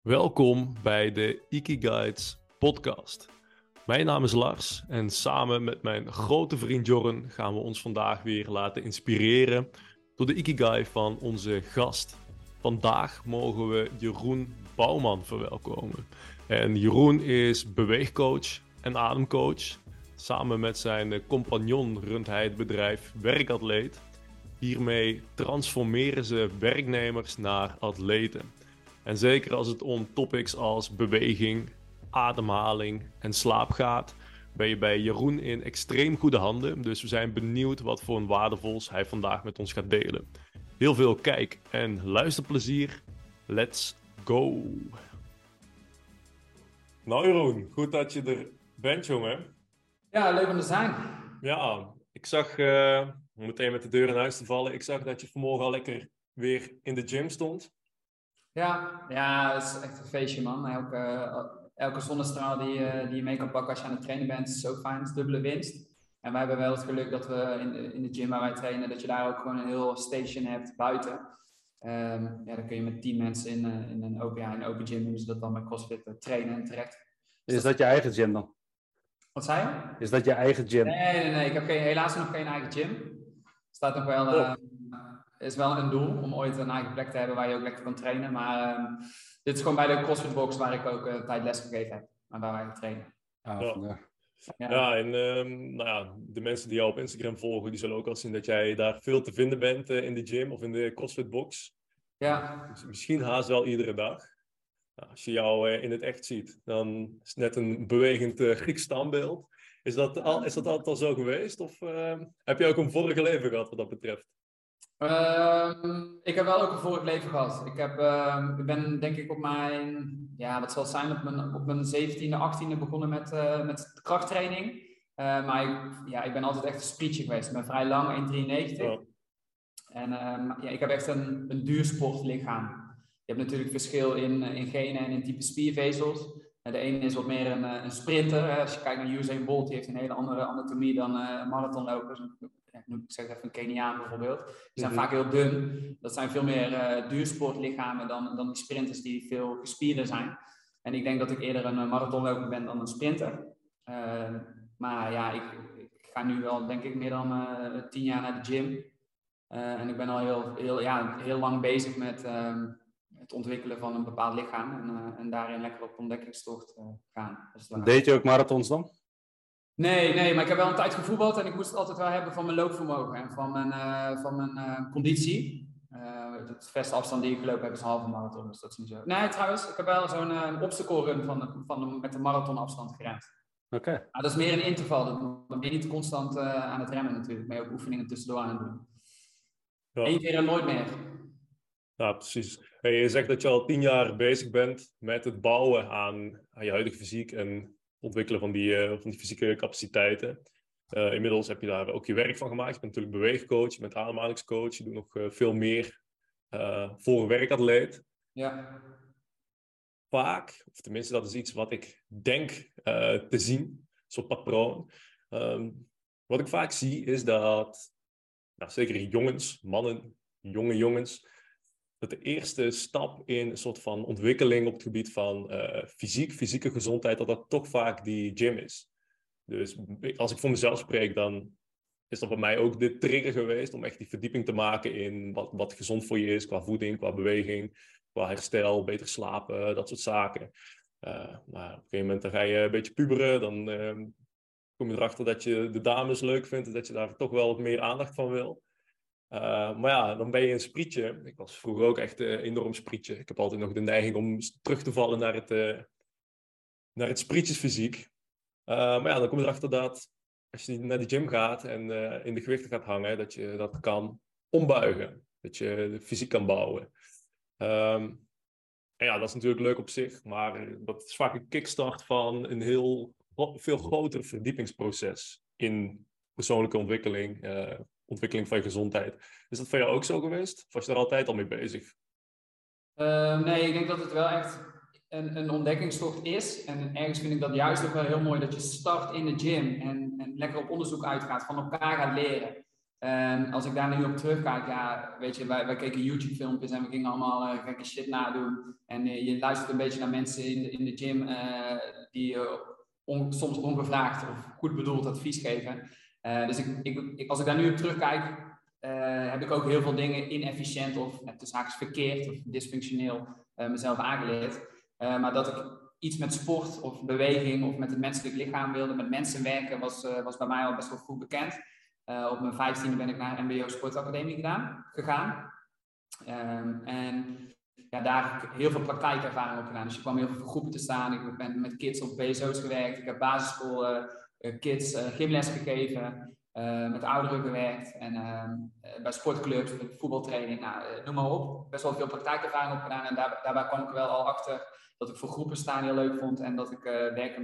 Welkom bij de Ikigaits podcast. Mijn naam is Lars en samen met mijn grote vriend Jorren gaan we ons vandaag weer laten inspireren door de Ikigai van onze gast. Vandaag mogen we Jeroen Bouwman verwelkomen. En Jeroen is beweegcoach en ademcoach. Samen met zijn compagnon runt hij het bedrijf Werkatleet. Hiermee transformeren ze werknemers naar atleten. En zeker als het om topics als beweging, ademhaling en slaap gaat, ben je bij Jeroen in extreem goede handen. Dus we zijn benieuwd wat voor een waardevols hij vandaag met ons gaat delen. Heel veel kijk- en luisterplezier. Let's go! Nou Jeroen, goed dat je er bent, jongen. Ja, leuk om te zijn. Ja, ik zag, om meteen met de deur in huis te vallen, ik zag dat je vanmorgen al lekker weer in de gym stond. Ja, dat is echt een feestje, man. Elke zonnestraal die je mee kan pakken als je aan het trainen bent, is zo fijn. Het is dubbele winst. En wij hebben wel het geluk dat we in de gym waar wij trainen, dat je daar ook gewoon een heel station hebt buiten. Dan kun je met 10 mensen in een open gym, noemen ze dat dan bij CrossFit, trainen en terecht. Dus Is dat je eigen gym dan? Wat zei je? Is dat je eigen gym? Nee. Ik heb helaas nog geen eigen gym. Staat nog wel... is wel een doel om ooit een eigen plek te hebben waar je ook lekker kan trainen. Maar dit is gewoon bij de CrossFit Box waar ik ook een tijd les gegeven heb. En waar wij trainen. Ja, en de mensen die jou op Instagram volgen, die zullen ook al zien dat jij daar veel te vinden bent in de gym of in de CrossFit Box. Ja. Misschien haast wel iedere dag. Nou, als je jou in het echt ziet, dan is het net een bewegend Grieks standbeeld. Is dat altijd al zo geweest? Of heb je ook een vorige leven gehad wat dat betreft? Ik heb wel ook een vorig leven gehad. Ik ben denk ik op mijn, wat zal het zijn, op mijn 17e, 18e begonnen met krachttraining. Maar ik ben altijd echt een sprietje geweest. Ik ben vrij lang, 1,93. Ja. En ik heb echt een duursportlichaam. Je hebt natuurlijk verschil in genen en in type spiervezels. De ene is wat meer een sprinter. Als je kijkt naar Usain Bolt, die heeft een hele andere anatomie dan marathonlopers. Ik zeg even een Keniaan bijvoorbeeld. Die zijn vaak heel dun. Dat zijn veel meer duursportlichamen dan die sprinters die veel gespierder zijn. En ik denk dat ik eerder een marathonloper ben dan een sprinter. Ik ga nu wel denk ik meer dan 10 jaar naar de gym. En ik ben al heel lang bezig met het ontwikkelen van een bepaald lichaam. En daarin lekker op ontdekkingstocht gaan. Deed je ook marathons dan? Nee, maar ik heb wel een tijd gevoetbald en ik moest het altijd wel hebben van mijn loopvermogen en van mijn conditie. De beste afstand die ik gelopen heb is een halve marathon, dus dat is niet zo. Nee, trouwens, ik heb wel zo'n obstacle run met de marathonafstand gerend. Oké. Maar dat is meer een interval, dan ben je niet constant aan het remmen natuurlijk, ben je ook oefeningen tussendoor aan het doen. Ja. 1 keer en nooit meer. Ja, precies. En je zegt dat je al 10 jaar bezig bent met het bouwen aan je huidige fysiek en ontwikkelen van die fysieke capaciteiten. Inmiddels heb je daar ook je werk van gemaakt. Je bent natuurlijk beweegcoach, je bent ademhalingscoach. Je doet nog veel meer voor een werkatleet. Ja. Vaak, of tenminste dat is iets wat ik denk te zien, een soort patroon. Wat ik vaak zie is dat, zeker jongens, mannen, jonge jongens, dat de eerste stap in een soort van ontwikkeling op het gebied van fysieke gezondheid, dat toch vaak die gym is. Dus als ik voor mezelf spreek, dan is dat bij mij ook de trigger geweest om echt die verdieping te maken in wat gezond voor je is, qua voeding, qua beweging, qua herstel, beter slapen, dat soort zaken. Op een gegeven moment dan ga je een beetje puberen, dan kom je erachter dat je de dames leuk vindt en dat je daar toch wel wat meer aandacht van wil. Dan ben je een sprietje. Ik was vroeger ook echt een enorm sprietje. Ik heb altijd nog de neiging om terug te vallen naar het sprietjesfysiek. Dan kom je erachter dat als je naar de gym gaat en in de gewichten gaat hangen, dat je dat kan ombuigen. Dat je de fysiek kan bouwen. Dat is natuurlijk leuk op zich, maar dat is vaak een kickstart van een veel groter verdiepingsproces in persoonlijke ontwikkeling, ontwikkeling van je gezondheid. Is dat voor jou ook zo geweest? Of was je er altijd al mee bezig? Nee, ik denk dat het wel echt een ontdekkingstocht is. En ergens vind ik dat juist ook wel heel mooi dat je start in de gym en lekker op onderzoek uitgaat, van elkaar gaat leren. En als ik daar nu op terugkijk, ja, weet je, wij keken YouTube-filmpjes en we gingen allemaal gekke shit nadoen. En je luistert een beetje naar mensen in de gym die soms ongevraagd of goed bedoeld advies geven. Dus als ik daar nu op terugkijk, heb ik ook heel veel dingen inefficiënt of tussen haakjes verkeerd of dysfunctioneel mezelf aangeleerd. Maar dat ik iets met sport of beweging of met het menselijk lichaam wilde, met mensen werken, was bij mij al best wel goed bekend. Op mijn 15e ben ik naar een MBO Sportacademie gegaan. En ja, daar heb ik heel veel praktijkervaring op gedaan. Dus ik kwam heel veel voor groepen te staan. Ik ben met kids op BSO's gewerkt. Ik heb basisschool kids gymles gegeven. Met ouderen gewerkt. En bij sportclubs, met voetbaltraining. Nou, noem maar op. Best wel veel praktijkervaring op gedaan. En daarbij kwam ik wel al achter dat ik voor groepen staan heel leuk vond. En dat ik werken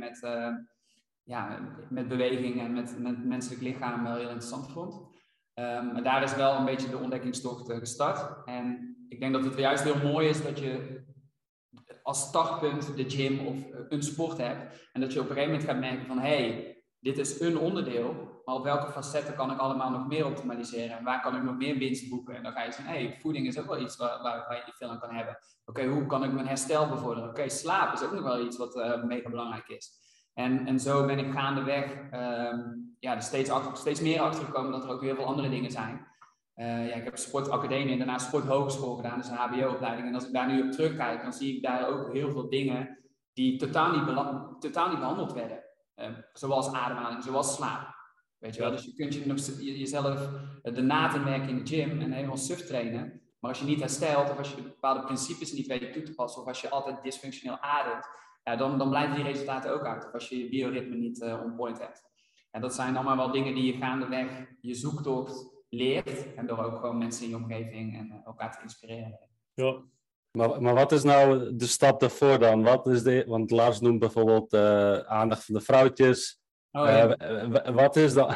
met beweging en met menselijk lichaam wel heel interessant vond. Maar daar is wel een beetje de ontdekkingstocht gestart. En ik denk dat het juist heel mooi is dat je als startpunt de gym of een sport hebt. En dat je op een gegeven moment gaat merken van hey, dit is een onderdeel. Maar op welke facetten kan ik allemaal nog meer optimaliseren? En waar kan ik nog meer winst boeken? En dan ga je zien, hey, voeding is ook wel iets waar je veel aan kan hebben. Oké, hoe kan ik mijn herstel bevorderen? Oké, slaap is ook nog wel iets wat mega belangrijk is. En zo ben ik gaandeweg er steeds meer achter gekomen dat er ook heel veel andere dingen zijn. Ik heb sportacademie en daarna sporthogeschool gedaan, dus een hbo-opleiding. En als ik daar nu op terugkijk, dan zie ik daar ook heel veel dingen die totaal niet behandeld werden. Zoals ademhaling, zoals slaap. Weet je wel? Dus je kunt jezelf de naad inwerken in de gym en helemaal suf trainen. Maar als je niet herstelt of als je bepaalde principes niet weet toe te passen of als je altijd dysfunctioneel ademt, ja, dan blijven die resultaten ook uit. Of als je je bioritme niet on point hebt. En dat zijn allemaal wel dingen die je gaandeweg je zoektocht leert. En door ook gewoon mensen in je omgeving en elkaar te inspireren. Ja. Maar wat is nou de stap daarvoor dan? Want Lars noemt bijvoorbeeld aandacht van de vrouwtjes. Wat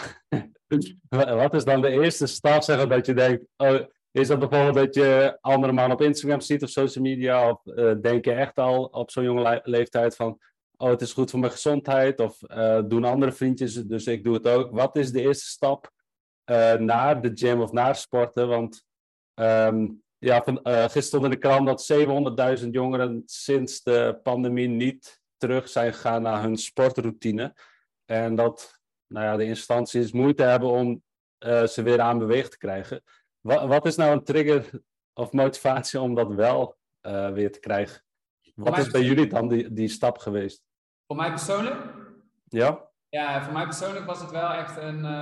is dan de eerste stap, zeggen dat je denkt, is dat bijvoorbeeld dat je andere mannen op Instagram ziet of social media? Of denk je echt al op zo'n jonge leeftijd van, het is goed voor mijn gezondheid? Of doen andere vriendjes, dus ik doe het ook. Wat is de eerste stap naar de gym of naar sporten? Want gisteren stond in de krant dat 700.000 jongeren sinds de pandemie niet terug zijn gegaan naar hun sportroutine. En dat de instanties moeite hebben om ze weer aan beweeg te krijgen. Wat is nou een trigger of motivatie om dat wel weer te krijgen? Wat is bij jullie dan die stap geweest? Voor mij persoonlijk? Ja? Ja, voor mij persoonlijk was het wel echt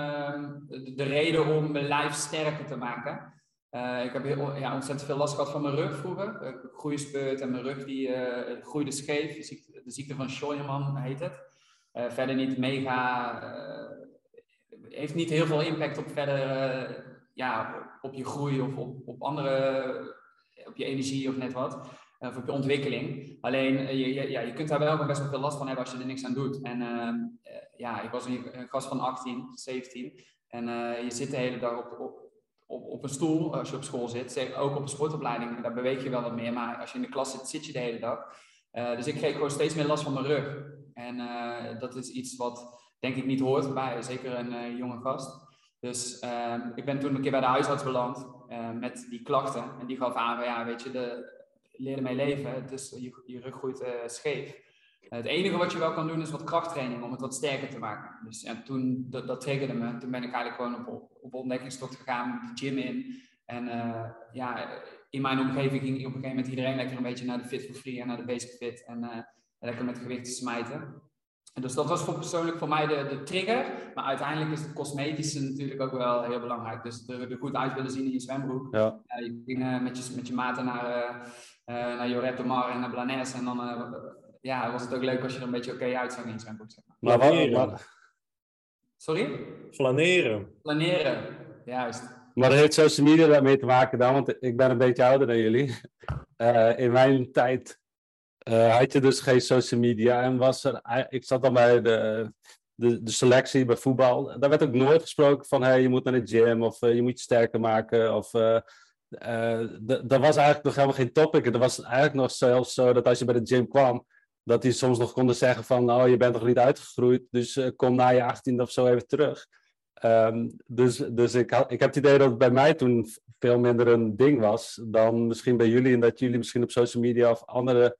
de reden om mijn lijf sterker te maken. Ik heb ontzettend veel last gehad van mijn rug vroeger. Groeispeut en mijn rug die groeide scheef. De ziekte van Scheuermann heet het. Verder niet mega... heeft niet heel veel impact op verder... op je groei of op andere... op je energie of net wat. Of op je ontwikkeling. Alleen, je kunt daar wel best wel veel last van hebben als je er niks aan doet. En ik was een gast van 18, 17. En je zit de hele dag op een stoel als je op school zit. Ook op een sportopleiding, daar beweeg je wel wat meer. Maar als je in de klas zit, zit je de hele dag. Dus ik kreeg gewoon steeds meer last van mijn rug. En dat is iets wat denk ik niet hoort bij zeker een jonge gast. Dus ik ben toen een keer bij de huisarts beland met die klachten. En die gaf aan van leer ermee leven. Dus je rug groeit scheef. Het enige wat je wel kan doen is wat krachttraining om het wat sterker te maken. Dus toen dat triggerde me. Toen ben ik eigenlijk gewoon op ontdekkingstocht gegaan, de gym in. En in mijn omgeving ging op een gegeven moment iedereen lekker een beetje naar de Fit for Free en naar de Basic Fit. En lekker met gewichten smijten. En dus dat was persoonlijk voor mij de trigger. Maar uiteindelijk is het cosmetische natuurlijk ook wel heel belangrijk. Dus er goed uit willen zien in je zwembroek. Ja. Je ging met je maten naar Lloret de Mar en naar Blanes. En dan was het ook leuk als je er een beetje oké uitzag in je zwembroek. Zeg maar. Sorry? Flaneren, juist. Maar heeft social media daarmee te maken dan? Want ik ben een beetje ouder dan jullie. In mijn tijd had je dus geen social media. En ik zat dan bij de selectie bij voetbal. Daar werd ook nooit gesproken van je moet naar de gym of je moet je sterker maken. Of dat was eigenlijk nog helemaal geen topic. Er was eigenlijk nog zelfs zo dat als je bij de gym kwam, dat die soms nog konden zeggen van, je bent nog niet uitgegroeid, dus kom na je 18e of zo even terug. Dus ik heb het idee dat het bij mij toen veel minder een ding was dan misschien bij jullie. En dat jullie misschien op social media of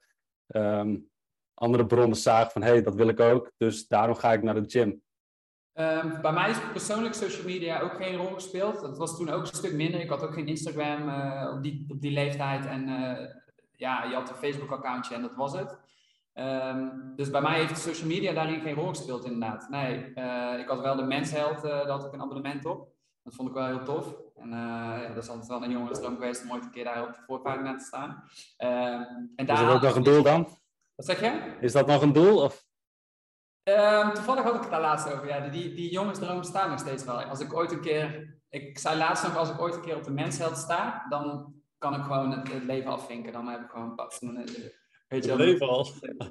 andere bronnen zagen van hey, dat wil ik ook. Dus daarom ga ik naar de gym. Bij mij is persoonlijk social media ook geen rol gespeeld. Dat was toen ook een stuk minder. Ik had ook geen Instagram op die leeftijd. En je had een Facebook-accountje en dat was het. Dus bij mij heeft social media daarin geen rol gespeeld, inderdaad. Nee, ik had wel de Mensheld, daar had ik een abonnement op. Dat vond ik wel heel tof. En dat is altijd wel een jongensdroom geweest om ooit een keer daar op de voorpagina te staan. Is dat ook nog een doel dan? Wat zeg je? Is dat nog een doel? Of? Toevallig had ik het daar laatst over. Ja, die jongensdroom staat nog steeds wel. Als ik ooit een keer... Ik zei laatst nog, als ik ooit een keer op de Mensheld sta, dan kan ik gewoon het leven afvinken. Dan heb ik gewoon pas. Weet je, leven al.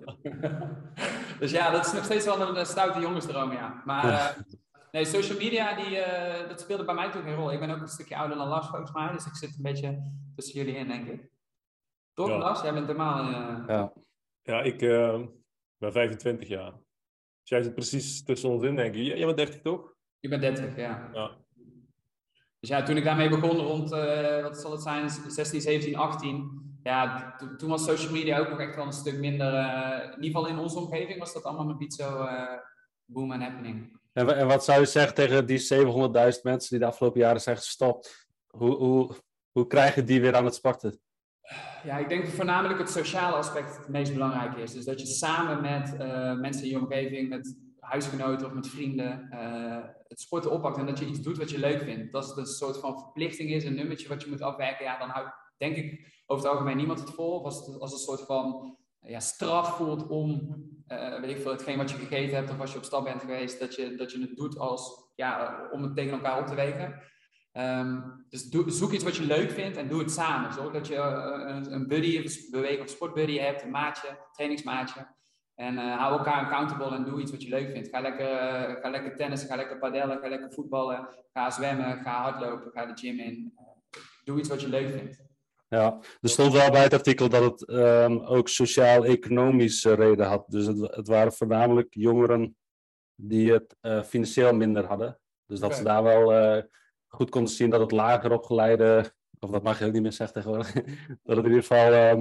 Dus ja, dat is nog steeds wel een stoute jongensdroom, ja. Maar nee, social media, dat speelde bij mij toen geen rol. Ik ben ook een stukje ouder dan Lars, volgens mij. Dus ik zit een beetje tussen jullie in, denk ik. Toch, Lars? Jij bent helemaal... Ja, ik ben 25 jaar. Dus jij zit precies tussen ons in, denk ik. Jij bent 30, toch? Ik ben 30, ja. Dus ja, toen ik daarmee begon rond, wat zal het zijn, 16, 17, 18... Ja, toen was social media ook nog echt wel een stuk minder... in ieder geval in onze omgeving was dat allemaal nog niet zo boom and happening. En wat zou je zeggen tegen die 700.000 mensen die de afgelopen jaren zijn gestopt? Hoe krijg je die weer aan het sporten? Ja, ik denk dat voornamelijk het sociale aspect het meest belangrijke is. Dus dat je samen met mensen in je omgeving, met huisgenoten of met vrienden, het sporten oppakt en dat je iets doet wat je leuk vindt. Dat het een soort van verplichting is, een nummertje wat je moet afwerken. Ja, dan houdt, denk ik, over het algemeen niemand het vol. Of als een soort van straf voelt om, weet ik veel, hetgeen wat je gegeten hebt of als je op stap bent geweest, dat je het doet om het tegen elkaar op te wegen. Dus zoek iets wat je leuk vindt en doe het samen. Zorg dat je een buddy, een beweeg- of sportbuddy hebt, een maatje, trainingsmaatje. En hou elkaar accountable en doe iets wat je leuk vindt. Ga lekker tennissen, ga lekker padellen, ga lekker voetballen, ga zwemmen, ga hardlopen, ga de gym in. Doe iets wat je leuk vindt. Ja, er stond wel bij het artikel dat het ook sociaal-economische reden had. Dus het waren voornamelijk jongeren die het financieel minder hadden. Dus dat ze daar wel goed konden zien dat het lager opgeleide, of dat mag je ook niet meer zeggen tegenwoordig, dat het in ieder geval,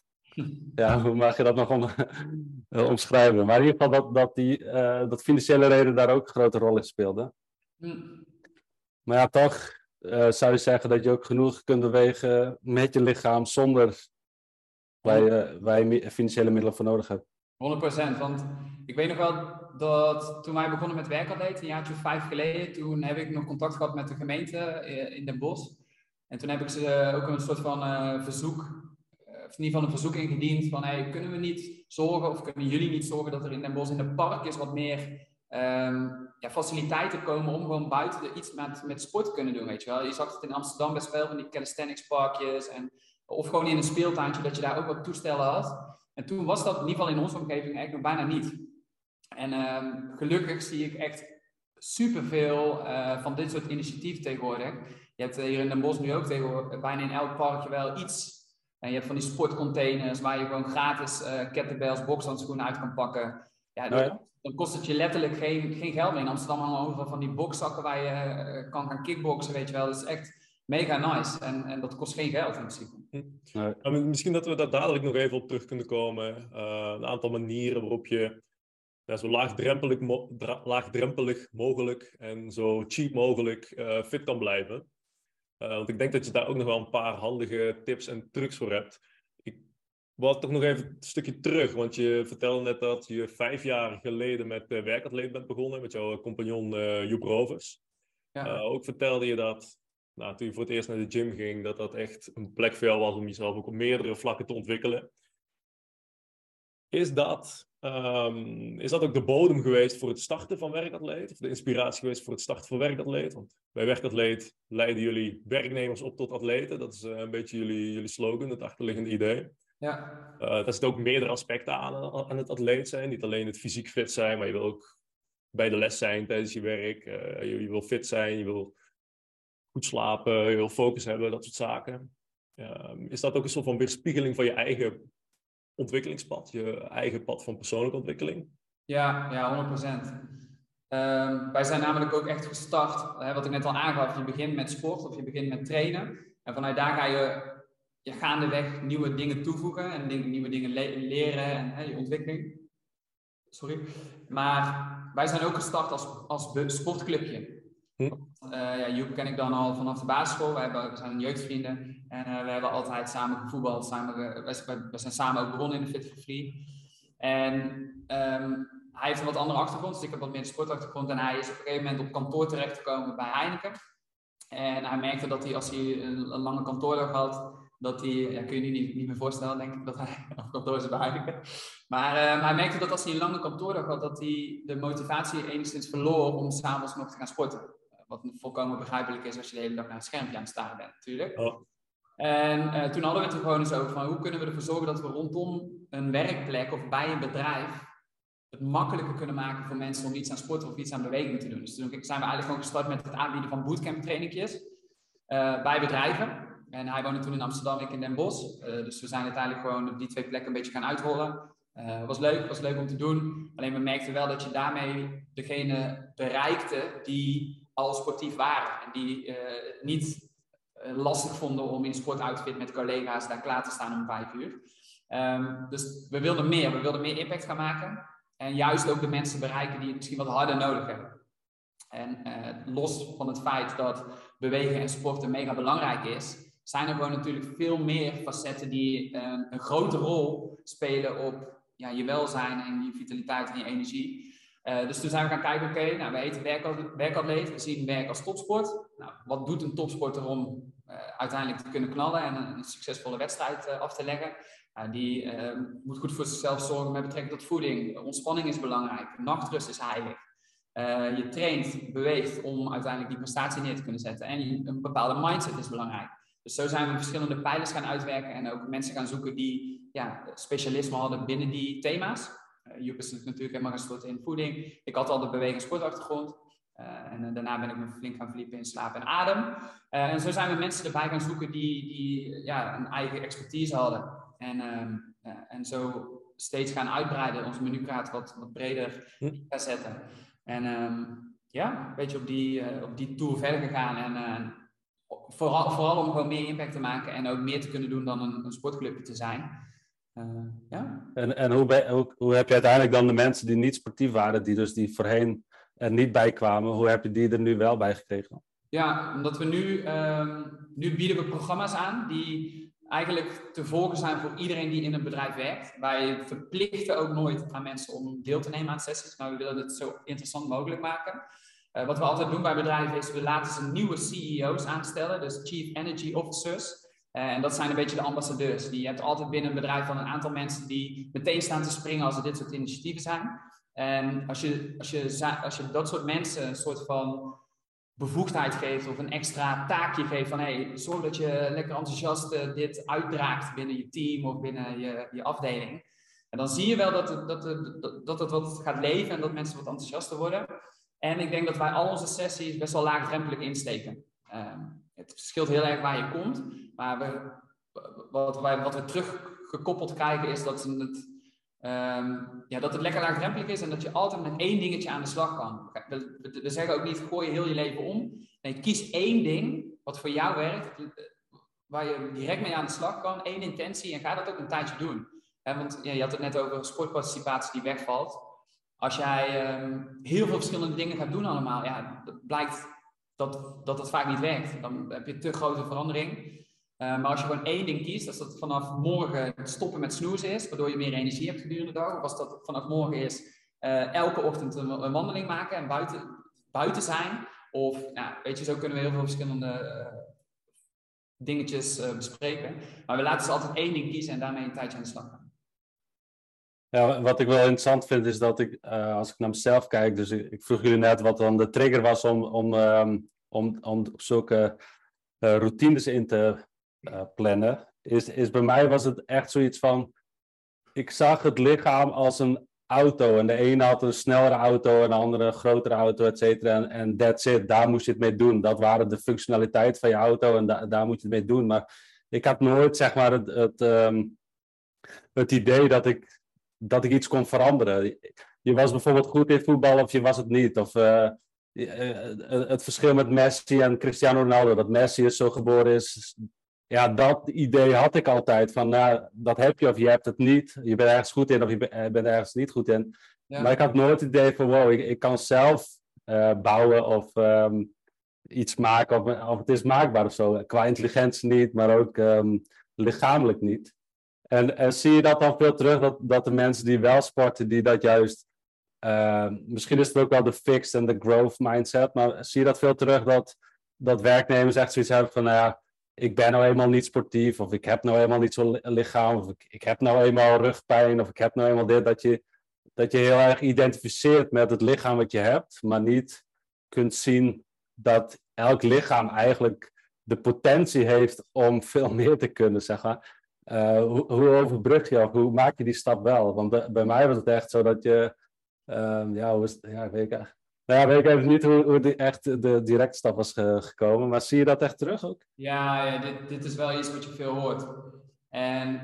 hoe mag je dat nog omschrijven? Maar in ieder geval dat financiële reden daar ook een grote rol in speelde. Maar ja, toch zou je zeggen dat je ook genoeg kunt bewegen met je lichaam zonder waar je financiële middelen voor nodig hebt. 100%, want ik weet nog wel dat toen wij begonnen met werkatleet, een jaartje of 5 geleden, toen heb ik nog contact gehad met de gemeente in Den Bosch. En toen heb ik ze ook een soort van verzoek, of in ieder geval een verzoek ingediend van, hey, kunnen we niet zorgen, of kunnen jullie niet zorgen dat er in Den Bosch in de parkjes wat meer faciliteiten komen om gewoon buiten iets met sport te kunnen doen, weet je wel. Je zag het in Amsterdam best veel van die calisthenics parkjes, of gewoon in een speeltuintje, dat je daar ook wat toestellen had. En toen was dat in ieder geval in onze omgeving eigenlijk nog bijna niet. En gelukkig zie ik echt superveel van dit soort initiatieven tegenwoordig. Je hebt hier in Den Bosch nu ook tegenwoordig bijna in elk parkje wel iets. En je hebt van die sportcontainers waar je gewoon gratis kettlebells, bokshandschoenen uit kan pakken. Ja, dan kost het je letterlijk geen geld meer. In Amsterdam hangen overal van die bokszakken waar je kan gaan kickboksen, weet je wel. Dat is echt mega nice. En dat kost geen geld in principe. Nee. Misschien dat we daar dadelijk nog even op terug kunnen komen. Een aantal manieren waarop je zo laagdrempelig mogelijk en zo cheap mogelijk fit kan blijven. Want ik denk dat je daar ook nog wel een paar handige tips en trucs voor hebt. Ik wou toch nog even een stukje terug, want je vertelde net dat je 5 jaar geleden met werkatleet bent begonnen, met jouw compagnon Joep Rovers. Ja. Ook vertelde je dat toen je voor het eerst naar de gym ging, dat echt een plek voor jou was om jezelf ook op meerdere vlakken te ontwikkelen. Is dat ook de bodem geweest voor het starten van werkatleet? Of de inspiratie geweest voor het starten van werkatleet? Want bij werkatleet leiden jullie werknemers op tot atleten. Dat is een beetje jullie slogan, het achterliggende idee. Ja. Daar zitten ook meerdere aspecten aan het atleet zijn. Niet alleen het fysiek fit zijn, maar je wil ook bij de les zijn tijdens je werk. Je wil fit zijn, je wil goed slapen, je wil focus hebben, dat soort zaken. Is dat ook een soort van weerspiegeling van je eigen ontwikkelingspad, je eigen pad van persoonlijke ontwikkeling? Ja, 100%. Wij zijn namelijk ook echt gestart, wat ik net al aangaf, je begint met sport of je begint met trainen. En vanuit daar ga je gaandeweg nieuwe dingen toevoegen en nieuwe dingen leren en je ontwikkeling. Sorry. Maar wij zijn ook gestart als sportclubje. Joep ken ik dan al vanaf de basisschool. We zijn jeugdvrienden en we hebben altijd samen gevoetbald. We zijn samen ook begonnen in de Fit for Free. En hij heeft een wat andere achtergrond, dus ik heb wat meer de sportachtergrond. En hij is op een gegeven moment op kantoor terechtgekomen bij Heineken. En hij merkte dat hij, als hij een lange kantoordag had, dat hij, kun je niet meer voorstellen, denk ik, dat hij op kantoor is bij Heineken. Maar hij merkte dat als hij een lange kantoordag had, dat hij de motivatie enigszins verloor om s'avonds nog te gaan sporten. Wat volkomen begrijpelijk is als je de hele dag naar een schermpje aan het staren bent, natuurlijk. Oh. En toen hadden we het er gewoon eens over van hoe kunnen we ervoor zorgen dat we rondom een werkplek of bij een bedrijf het makkelijker kunnen maken voor mensen om iets aan sport of iets aan beweging te doen. Dus toen zijn we eigenlijk gewoon gestart met het aanbieden van bootcamp trainingjes bij bedrijven. En hij woonde toen in Amsterdam, ik in Den Bosch. Dus we zijn uiteindelijk gewoon op die 2 plekken een beetje gaan uitrollen. Was leuk om te doen. Alleen we merkten wel dat je daarmee degene bereikte die al sportief waren. En die niet lastig vonden om in sportoutfit met collega's daar klaar te staan om 5 uur. Dus we wilden meer impact gaan maken. En juist ook de mensen bereiken die het misschien wat harder nodig hebben. En los van het feit dat bewegen en sporten mega belangrijk is, zijn er gewoon natuurlijk veel meer facetten die een grote rol spelen op je welzijn en je vitaliteit en je energie. Dus toen zijn we gaan kijken, we heten werkatleet, we zien werk als topsport. Nou, wat doet een topsporter om uiteindelijk te kunnen knallen en een succesvolle wedstrijd af te leggen? Die moet goed voor zichzelf zorgen met betrekking tot voeding. Ontspanning is belangrijk, nachtrust is heilig. Je traint, beweegt om uiteindelijk die prestatie neer te kunnen zetten. En een bepaalde mindset is belangrijk. Dus zo zijn we verschillende pijlers gaan uitwerken en ook mensen gaan zoeken die specialisme hadden binnen die thema's. Joep is natuurlijk helemaal gaan storten in voeding. Ik had al de beweging- en sportachtergrond. En daarna ben ik me flink gaan verdiepen in slaap en adem. En zo zijn we mensen erbij gaan zoeken die een eigen expertise hadden. En zo steeds gaan uitbreiden, ons menukaart wat breder gaan zetten. En een beetje op die tour verder gegaan. En vooral om gewoon meer impact te maken en ook meer te kunnen doen dan een sportclubje te zijn. En hoe heb je uiteindelijk dan de mensen die niet sportief waren, die voorheen er niet bij kwamen, hoe heb je die er nu wel bij gekregen? Ja, omdat we nu bieden we programma's aan die eigenlijk te volgen zijn voor iedereen die in een bedrijf werkt. Wij verplichten ook nooit aan mensen om deel te nemen aan sessies, maar we willen het zo interessant mogelijk maken. Wat we altijd doen bij bedrijven is, we laten ze nieuwe CEO's aanstellen, dus Chief Energy Officers. En dat zijn een beetje de ambassadeurs. Je hebt altijd binnen een bedrijf van een aantal mensen die meteen staan te springen als er dit soort initiatieven zijn. En als je dat soort mensen een soort van bevoegdheid geeft of een extra taakje geeft van zorg dat je lekker enthousiast dit uitdraagt binnen je team of binnen je afdeling. En dan zie je wel dat het wat gaat leven en dat mensen wat enthousiaster worden. En ik denk dat wij al onze sessies best wel laagdrempelig insteken. Het verschilt heel erg waar je komt, maar wat we teruggekoppeld krijgen is dat het lekker laagdrempelig is en dat je altijd met 1 dingetje aan de slag kan. We zeggen ook niet, gooi je heel je leven om. Nee, kies 1 ding wat voor jou werkt, waar je direct mee aan de slag kan, 1 intentie en ga dat ook een tijdje doen. Want je had het net over sportparticipatie die wegvalt. Als jij heel veel verschillende dingen gaat doen allemaal, dat blijkt dat het vaak niet werkt. Dan heb je te grote verandering. Maar als je gewoon 1 ding kiest, als dat vanaf morgen stoppen met snoezen is, waardoor je meer energie hebt gedurende de dag, of als dat vanaf morgen is elke ochtend een wandeling maken en buiten zijn, of zo kunnen we heel veel verschillende dingetjes bespreken. Maar we laten ze altijd 1 ding kiezen en daarmee een tijdje aan de slag gaan. Ja, wat ik wel interessant vind is dat als ik naar mezelf kijk, dus ik vroeg jullie net wat dan de trigger was om zulke routines in te plannen, is bij mij was het echt zoiets van, ik zag het lichaam als een auto en de ene had een snellere auto en de andere een grotere auto, et cetera, en that's it, daar moest je het mee doen. Dat waren de functionaliteit van je auto en daar moet je het mee doen. Maar ik had nooit, zeg maar, het idee dat ik iets kon veranderen. je was bijvoorbeeld goed in voetbal of je was het niet. Of het verschil met Messi en Cristiano Ronaldo, dat Messi is zo geboren is. Ja, dat idee had ik altijd. Van, nou, dat heb je of je hebt het niet. Je bent ergens goed in of je bent ergens niet goed in. Ja. Maar ik had nooit het idee van, wow, ik kan zelf bouwen of iets maken. Of het is maakbaar of zo. Qua intelligentie niet, maar ook lichamelijk niet. En zie je dat dan veel terug, dat de mensen die wel sporten, die dat juist... misschien is het ook wel de fixed en de growth mindset, maar zie je dat veel terug, dat werknemers echt zoiets hebben van, nou ja, ik ben nou eenmaal niet sportief, of ik heb nou eenmaal niet zo'n lichaam, of ik heb nou eenmaal rugpijn, of ik heb nou eenmaal dit, dat je heel erg identificeert met het lichaam wat je hebt, maar niet kunt zien dat elk lichaam eigenlijk de potentie heeft om veel meer te kunnen, zeg maar. Hoe overbrug je, of hoe maak je die stap wel? Want bij mij was het echt zo dat je... hoe is het? Ja, weet ik even niet hoe echt de directe stap was gekomen. Maar zie je dat echt terug ook? Ja, dit is wel iets wat je veel hoort. En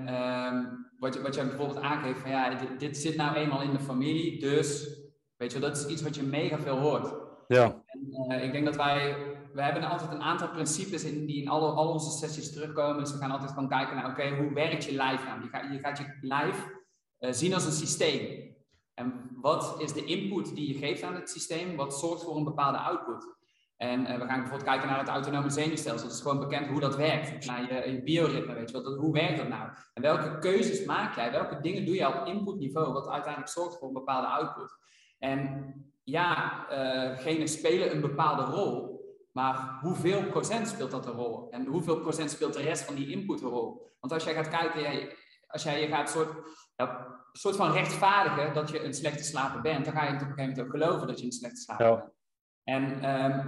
wat jij bijvoorbeeld aangeeft van ja, dit zit nou eenmaal in de familie, dus weet je, dat is iets wat je mega veel hoort. Ja. En ik denk dat we hebben altijd een aantal principes die in al onze sessies terugkomen. Dus we gaan altijd gewoon kijken naar, oké, hoe werkt je lijf nou? Je gaat je lijf zien als een systeem. En wat is de input die je geeft aan het systeem? Wat zorgt voor een bepaalde output? En we gaan bijvoorbeeld kijken naar het autonome zenuwstelsel. Het is gewoon bekend hoe dat werkt. Naar je bioritme, weet je wel. Hoe werkt dat nou? En welke keuzes maak jij? Welke dingen doe je op inputniveau? Wat uiteindelijk zorgt voor een bepaalde output? En ja, genen spelen een bepaalde rol. Maar hoeveel procent speelt dat een rol? En hoeveel procent speelt de rest van die input een rol? Want als jij gaat kijken, als jij je gaat soort van rechtvaardigen dat je een slechte slaper bent, dan ga je het op een gegeven moment ook geloven dat je een slechte slaper bent. En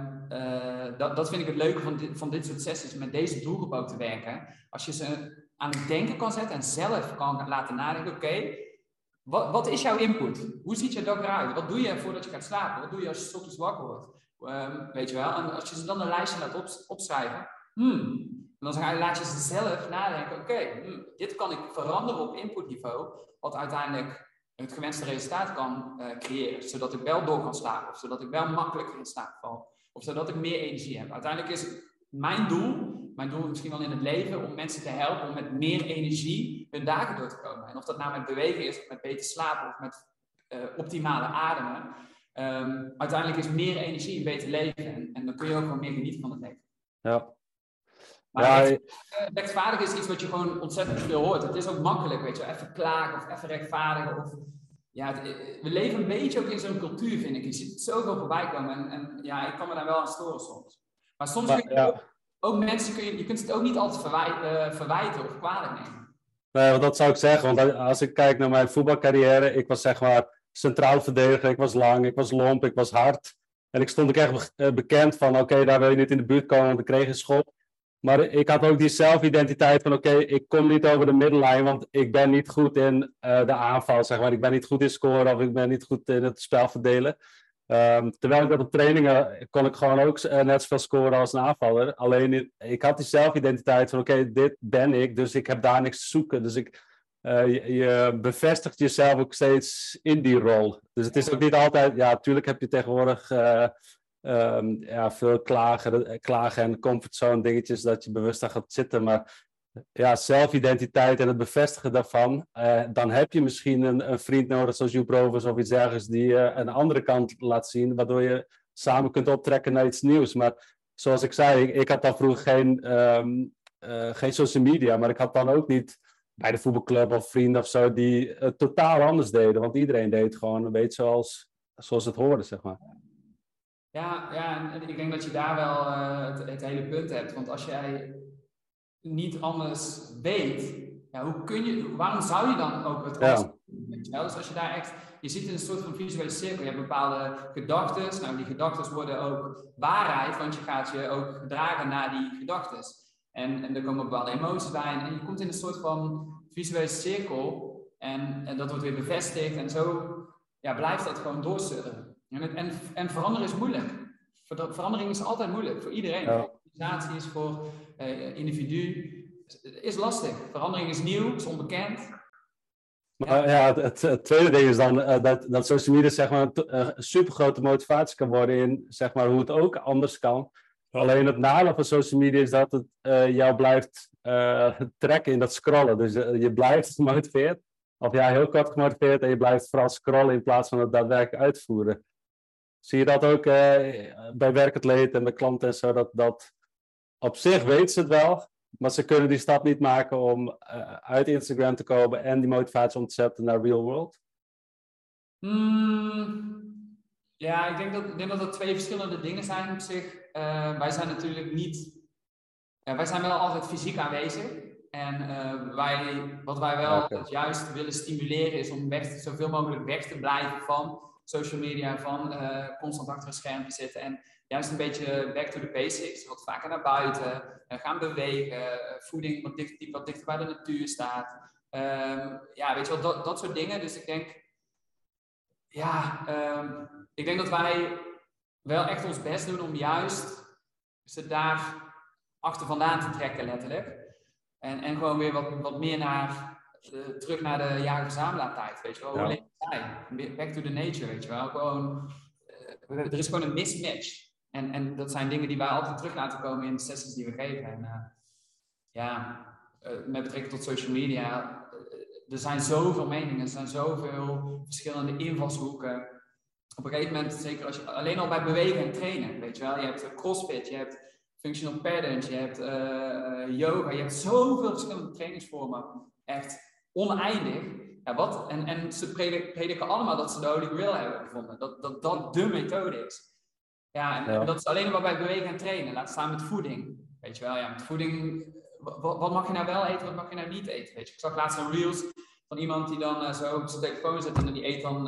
dat vind ik het leuke van dit soort sessies, met deze doelgroep ook te werken. Als je ze aan het denken kan zetten en zelf kan laten nadenken, oké, wat is jouw input? Hoe ziet je dag eruit? Wat doe je voordat je gaat slapen? Wat doe je als je 's ochtends wakker wordt? Weet je wel? En als je ze dan een lijstje laat opschrijven, dan laat je ze zelf nadenken, oké, dit kan ik veranderen op inputniveau, wat uiteindelijk het gewenste resultaat kan creëren, zodat ik wel door kan slapen, of zodat ik wel makkelijker in slaap val, of zodat ik meer energie heb. Uiteindelijk is mijn doel misschien wel in het leven, om mensen te helpen om met meer energie hun dagen door te komen. En of dat nou met bewegen is, of met beter slapen, of met optimale ademen. Uiteindelijk is meer energie een beter leven. En dan kun je ook gewoon meer genieten van het leven. Ja. Maar rechtvaardig is iets wat je gewoon ontzettend veel hoort. Het is ook makkelijk, weet je, even klagen of even rechtvaardigen. Of, ja, we leven een beetje ook in zo'n cultuur, vind ik. Je ziet het zoveel voorbij komen. En ja, ik kan me daar wel aan storen soms. Maar soms kun je ook mensen, je kunt het ook niet altijd verwijten of kwalijk nemen. Nee, dat zou ik zeggen. Want als ik kijk naar mijn voetbalcarrière, ik was zeg maar centraal verdediger, ik was lang, ik was lomp, ik was hard. En ik stond ook echt bekend van, oké, daar wil je niet in de buurt komen, want ik kreeg een schop. Maar ik had ook die zelfidentiteit van, oké, ik kom niet over de middenlijn, want ik ben niet goed in de aanval, zeg maar. Ik ben niet goed in scoren of ik ben niet goed in het spel verdelen. Terwijl ik dat op trainingen kon ik gewoon ook net zoveel scoren als een aanvaller. Alleen ik had die zelfidentiteit van, oké, dit ben ik, dus ik heb daar niks te zoeken. Dus je bevestigt jezelf ook steeds in die rol. Dus het is ook niet altijd, ja, natuurlijk heb je tegenwoordig veel klagen en comfortzone dingetjes dat je bewust daar gaat zitten. Maar ja, zelfidentiteit en het bevestigen daarvan, dan heb je misschien een vriend nodig zoals Joep Rovers of iets dergelijks die een andere kant laat zien, waardoor je samen kunt optrekken naar iets nieuws. Maar zoals ik zei, ik had dan vroeger geen social media, maar ik had dan ook niet bij de voetbalclub of vrienden of zo die het totaal anders deden, want iedereen deed gewoon een beetje zoals het hoorde, zeg maar. Ja, en ik denk dat je daar wel het hele punt hebt, want als jij niet anders weet, ja, waarom zou je dan ook het anders doen? Weet je wel? Dus als je daar echt, je zit in een soort van visuele cirkel, je hebt bepaalde gedachten, nou die gedachten worden ook waarheid, want je gaat je ook gedragen naar die gedachten. En er komen bepaalde emoties bij en je komt in een soort van visuele cirkel en dat wordt weer bevestigd en zo blijft dat gewoon doorsurren. En veranderen is moeilijk. Verandering is altijd moeilijk voor iedereen. Ja. Voor organisaties, voor individu. Het is lastig. Verandering is nieuw, is onbekend. Maar ja, het tweede ding is dan dat social media zeg maar een supergrote motivatie kan worden in zeg maar hoe het ook anders kan. Ja. Alleen het nadeel van social media is dat het jou blijft trekken in dat scrollen. Dus je blijft gemotiveerd, of ja, heel kort gemotiveerd en je blijft vooral scrollen in plaats van het daadwerkelijk uitvoeren. Zie je dat ook bij werkatleet en bij klanten en zo, dat op zich weten ze het wel, maar ze kunnen die stap niet maken om uit Instagram te komen en die motivatie om te zetten naar real world? Ja, ik denk dat dat twee verschillende dingen zijn op zich. Wij zijn natuurlijk niet... wij zijn wel altijd fysiek aanwezig. En wat wij wel juist willen stimuleren is om zoveel mogelijk weg te blijven van social media, van constant achter een scherm te zitten. En juist een beetje back to the basics. Wat vaker naar buiten, gaan bewegen, voeding wat dichter bij de natuur staat. Ja, weet je wel, dat soort dingen. Dus ik denk... Ja, ik denk dat wij wel echt ons best doen om juist ze daar achter vandaan te trekken, letterlijk. En gewoon weer wat meer terug naar de jager-verzamelaartijd, weet je wel. Hoe leven zij? Back to the nature, weet je wel. Gewoon, er is gewoon een mismatch. En dat zijn dingen die wij altijd terug laten komen in de sessies die we geven. En met betrekking tot social media... Er zijn zoveel meningen, er zijn zoveel verschillende invalshoeken. Op een gegeven moment, zeker als je alleen al bij bewegen en trainen, weet je wel. Je hebt crossfit, je hebt functional patterns, je hebt yoga. Je hebt zoveel verschillende trainingsvormen. Echt oneindig. Ja, en ze prediken allemaal dat ze de Holy Grail hebben gevonden. Dat de methode is. Ja, en dat is alleen maar bij bewegen en trainen. Laat staan met voeding. Weet je wel, ja, met voeding... Wat mag je nou wel eten, wat mag je nou niet eten? Weet je? Ik zag laatst een reels van iemand die dan zo op zijn telefoon zit en die eet dan...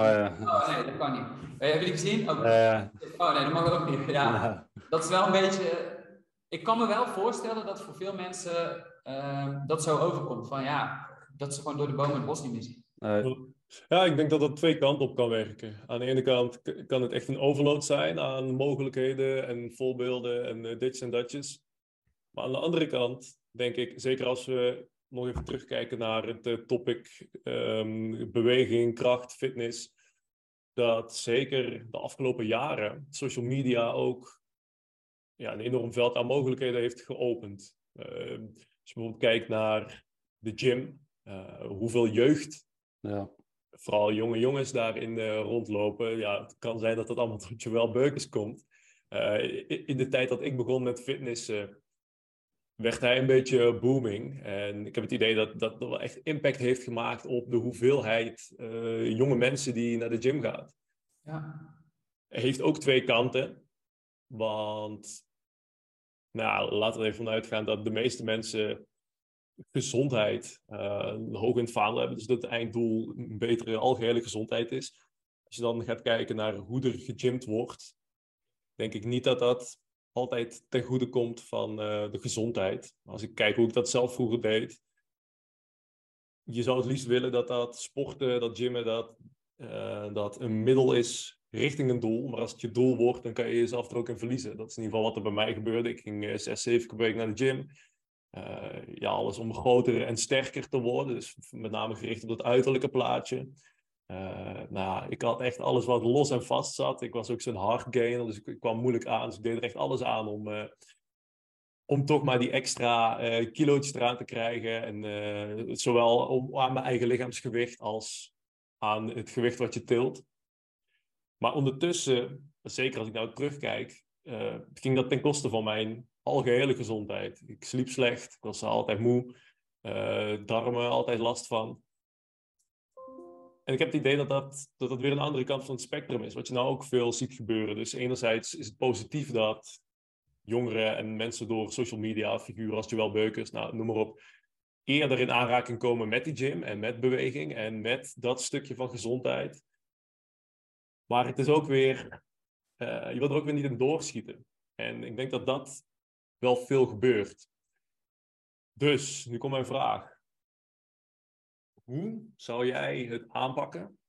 Oh nee, dat kan niet. Heb je die gezien? Oh nee, dat mag ook niet. Ja, dat is wel een beetje... Ik kan me wel voorstellen dat voor veel mensen dat zo overkomt. Van ja, dat ze gewoon door de bomen het bos niet meer zien. Ja, ik denk dat dat twee kanten op kan werken. Aan de ene kant kan het echt een overload zijn aan mogelijkheden en voorbeelden en ditjes en datjes. Maar aan de andere kant denk ik, zeker als we nog even terugkijken naar het topic beweging, kracht, fitness, dat zeker de afgelopen jaren social media ook een enorm veld aan mogelijkheden heeft geopend. Als je bijvoorbeeld kijkt naar de gym, hoeveel jeugd, vooral jonge jongens daarin rondlopen. Ja, het kan zijn dat dat allemaal tot Joël Beukers komt. In de tijd dat ik begon met fitnessen, werd hij een beetje booming. En ik heb het idee dat dat wel echt impact heeft gemaakt op de hoeveelheid jonge mensen die naar de gym gaan. Ja. Het heeft ook twee kanten. Want laten we er even vanuit gaan dat de meeste mensen gezondheid hoog in het vaandel hebben. Dus dat het einddoel een betere algehele gezondheid is. Als je dan gaat kijken naar hoe er gegymd wordt, denk ik niet dat dat altijd ten goede komt van de gezondheid. Als ik kijk hoe ik dat zelf vroeger deed, je zou het liefst willen dat sporten, dat gymmen, dat een middel is richting een doel. Maar als het je doel wordt, dan kan je jezelf er ook in verliezen. Dat is in ieder geval wat er bij mij gebeurde. Ik ging 6, 7 keer per week naar de gym. Alles om groter en sterker te worden. Dus met name gericht op het uiterlijke plaatje. Ik had echt alles wat los en vast zat. Ik was ook zo'n hard gainer, dus ik kwam moeilijk aan. Dus ik deed er echt alles aan om toch maar die extra kilootjes eraan te krijgen. En zowel aan mijn eigen lichaamsgewicht als aan het gewicht wat je tilt. Maar ondertussen, zeker als ik nou terugkijk, ging dat ten koste van mijn algehele gezondheid. Ik sliep slecht, ik was altijd moe, darmen altijd last van. En ik heb het idee dat weer een andere kant van het spectrum is, wat je nou ook veel ziet gebeuren. Dus enerzijds is het positief dat jongeren en mensen door social media, figuren als Joël Beukers, noem maar op, eerder in aanraking komen met die gym en met beweging en met dat stukje van gezondheid. Maar het is ook weer, je wilt er ook weer niet in doorschieten. En ik denk dat dat wel veel gebeurt. Dus, nu komt mijn vraag. Hoe zou jij het aanpakken?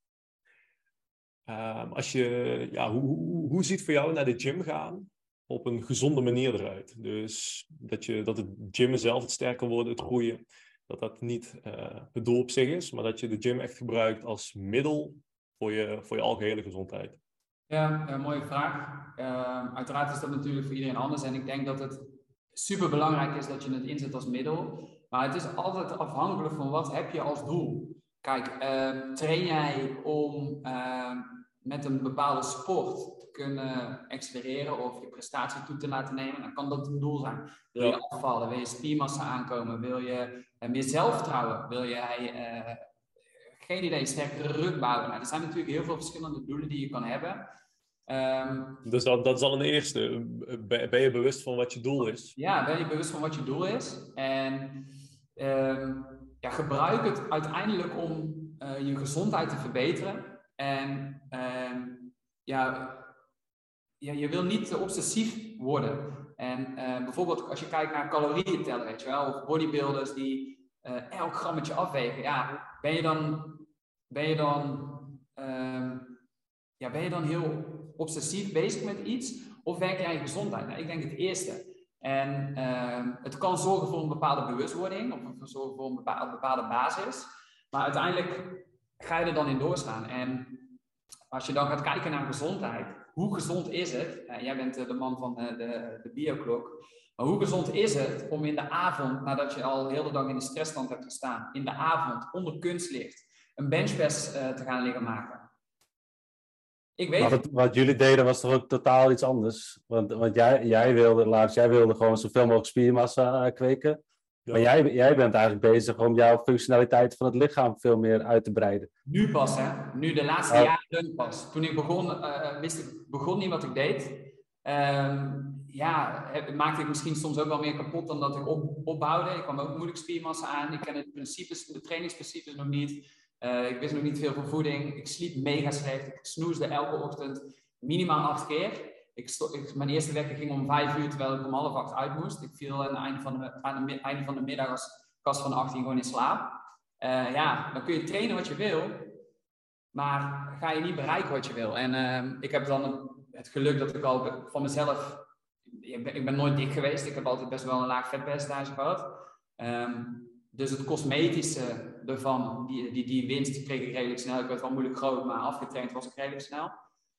Hoe ziet voor jou naar de gym gaan op een gezonde manier eruit? Dus dat het gymmen zelf het sterker worden, het groeien. dat dat niet het doel op zich is, maar dat je de gym echt gebruikt als middel voor je algehele gezondheid. Ja, mooie vraag. Uiteraard is dat natuurlijk voor iedereen anders en ik denk dat het super belangrijk is dat je het inzet als middel, maar het is altijd afhankelijk van wat heb je als doel. Kijk, train jij om met een bepaalde sport te kunnen accelereren of je prestatie toe te laten nemen, dan kan dat een doel zijn. Wil je afvallen, wil je spiermassa aankomen, wil je meer zelfvertrouwen, wil je geen idee, sterkere rug bouwen. Nou, er zijn natuurlijk heel veel verschillende doelen die je kan hebben. Dus dat is al een eerste. Ben je bewust van wat je doel is? Ja, ben je bewust van wat je doel is. En gebruik het uiteindelijk om je gezondheid te verbeteren. En je wil niet te obsessief worden. En bijvoorbeeld als je kijkt naar calorieën tellen, weet je wel, of bodybuilders die elk grammetje afwegen. Ja, ben je dan heel obsessief bezig met iets? Of werk jij aan je gezondheid? Nou, ik denk het eerste. En het kan zorgen voor een bepaalde bewustwording, of zorgen voor een bepaalde basis. Maar uiteindelijk ga je er dan in doorslaan. En als je dan gaat kijken naar gezondheid, hoe gezond is het? Jij bent de man van de bioklok. Maar hoe gezond is het om in de avond, nadat je al heel de dag in de stressstand hebt gestaan, in de avond onder kunstlicht een benchpress te gaan liggen maken? Ik weet Maar wat jullie deden was toch ook totaal iets anders? Want jij wilde gewoon zoveel mogelijk spiermassa kweken. Ja. Maar jij bent eigenlijk bezig om jouw functionaliteit van het lichaam veel meer uit te breiden. Nu pas, hè? Nu de laatste jaren pas. Toen ik begon niet wat ik deed. Maakte ik misschien soms ook wel meer kapot dan dat ik opbouwde. Ik kwam ook moeilijk spiermassa aan. Ik ken de trainingsprincipes nog niet. Ik wist nog niet veel van voeding. Ik sliep mega slecht. Ik snoesde elke ochtend minimaal 8 keer. Mijn eerste wekker ging om 5 uur, terwijl ik om 7:30 uit moest. Ik viel aan het einde van de middag als kast van 18 gewoon in slaap. Dan kun je trainen wat je wil, maar ga je niet bereiken wat je wil. En ik heb dan het geluk dat ik al van mezelf... Ik ben nooit dik geweest. Ik heb altijd best wel een laag vetpercentage gehad. Dus het cosmetische ervan, die winst kreeg ik redelijk snel. Ik werd wel moeilijk groot, maar afgetraind was ik redelijk snel.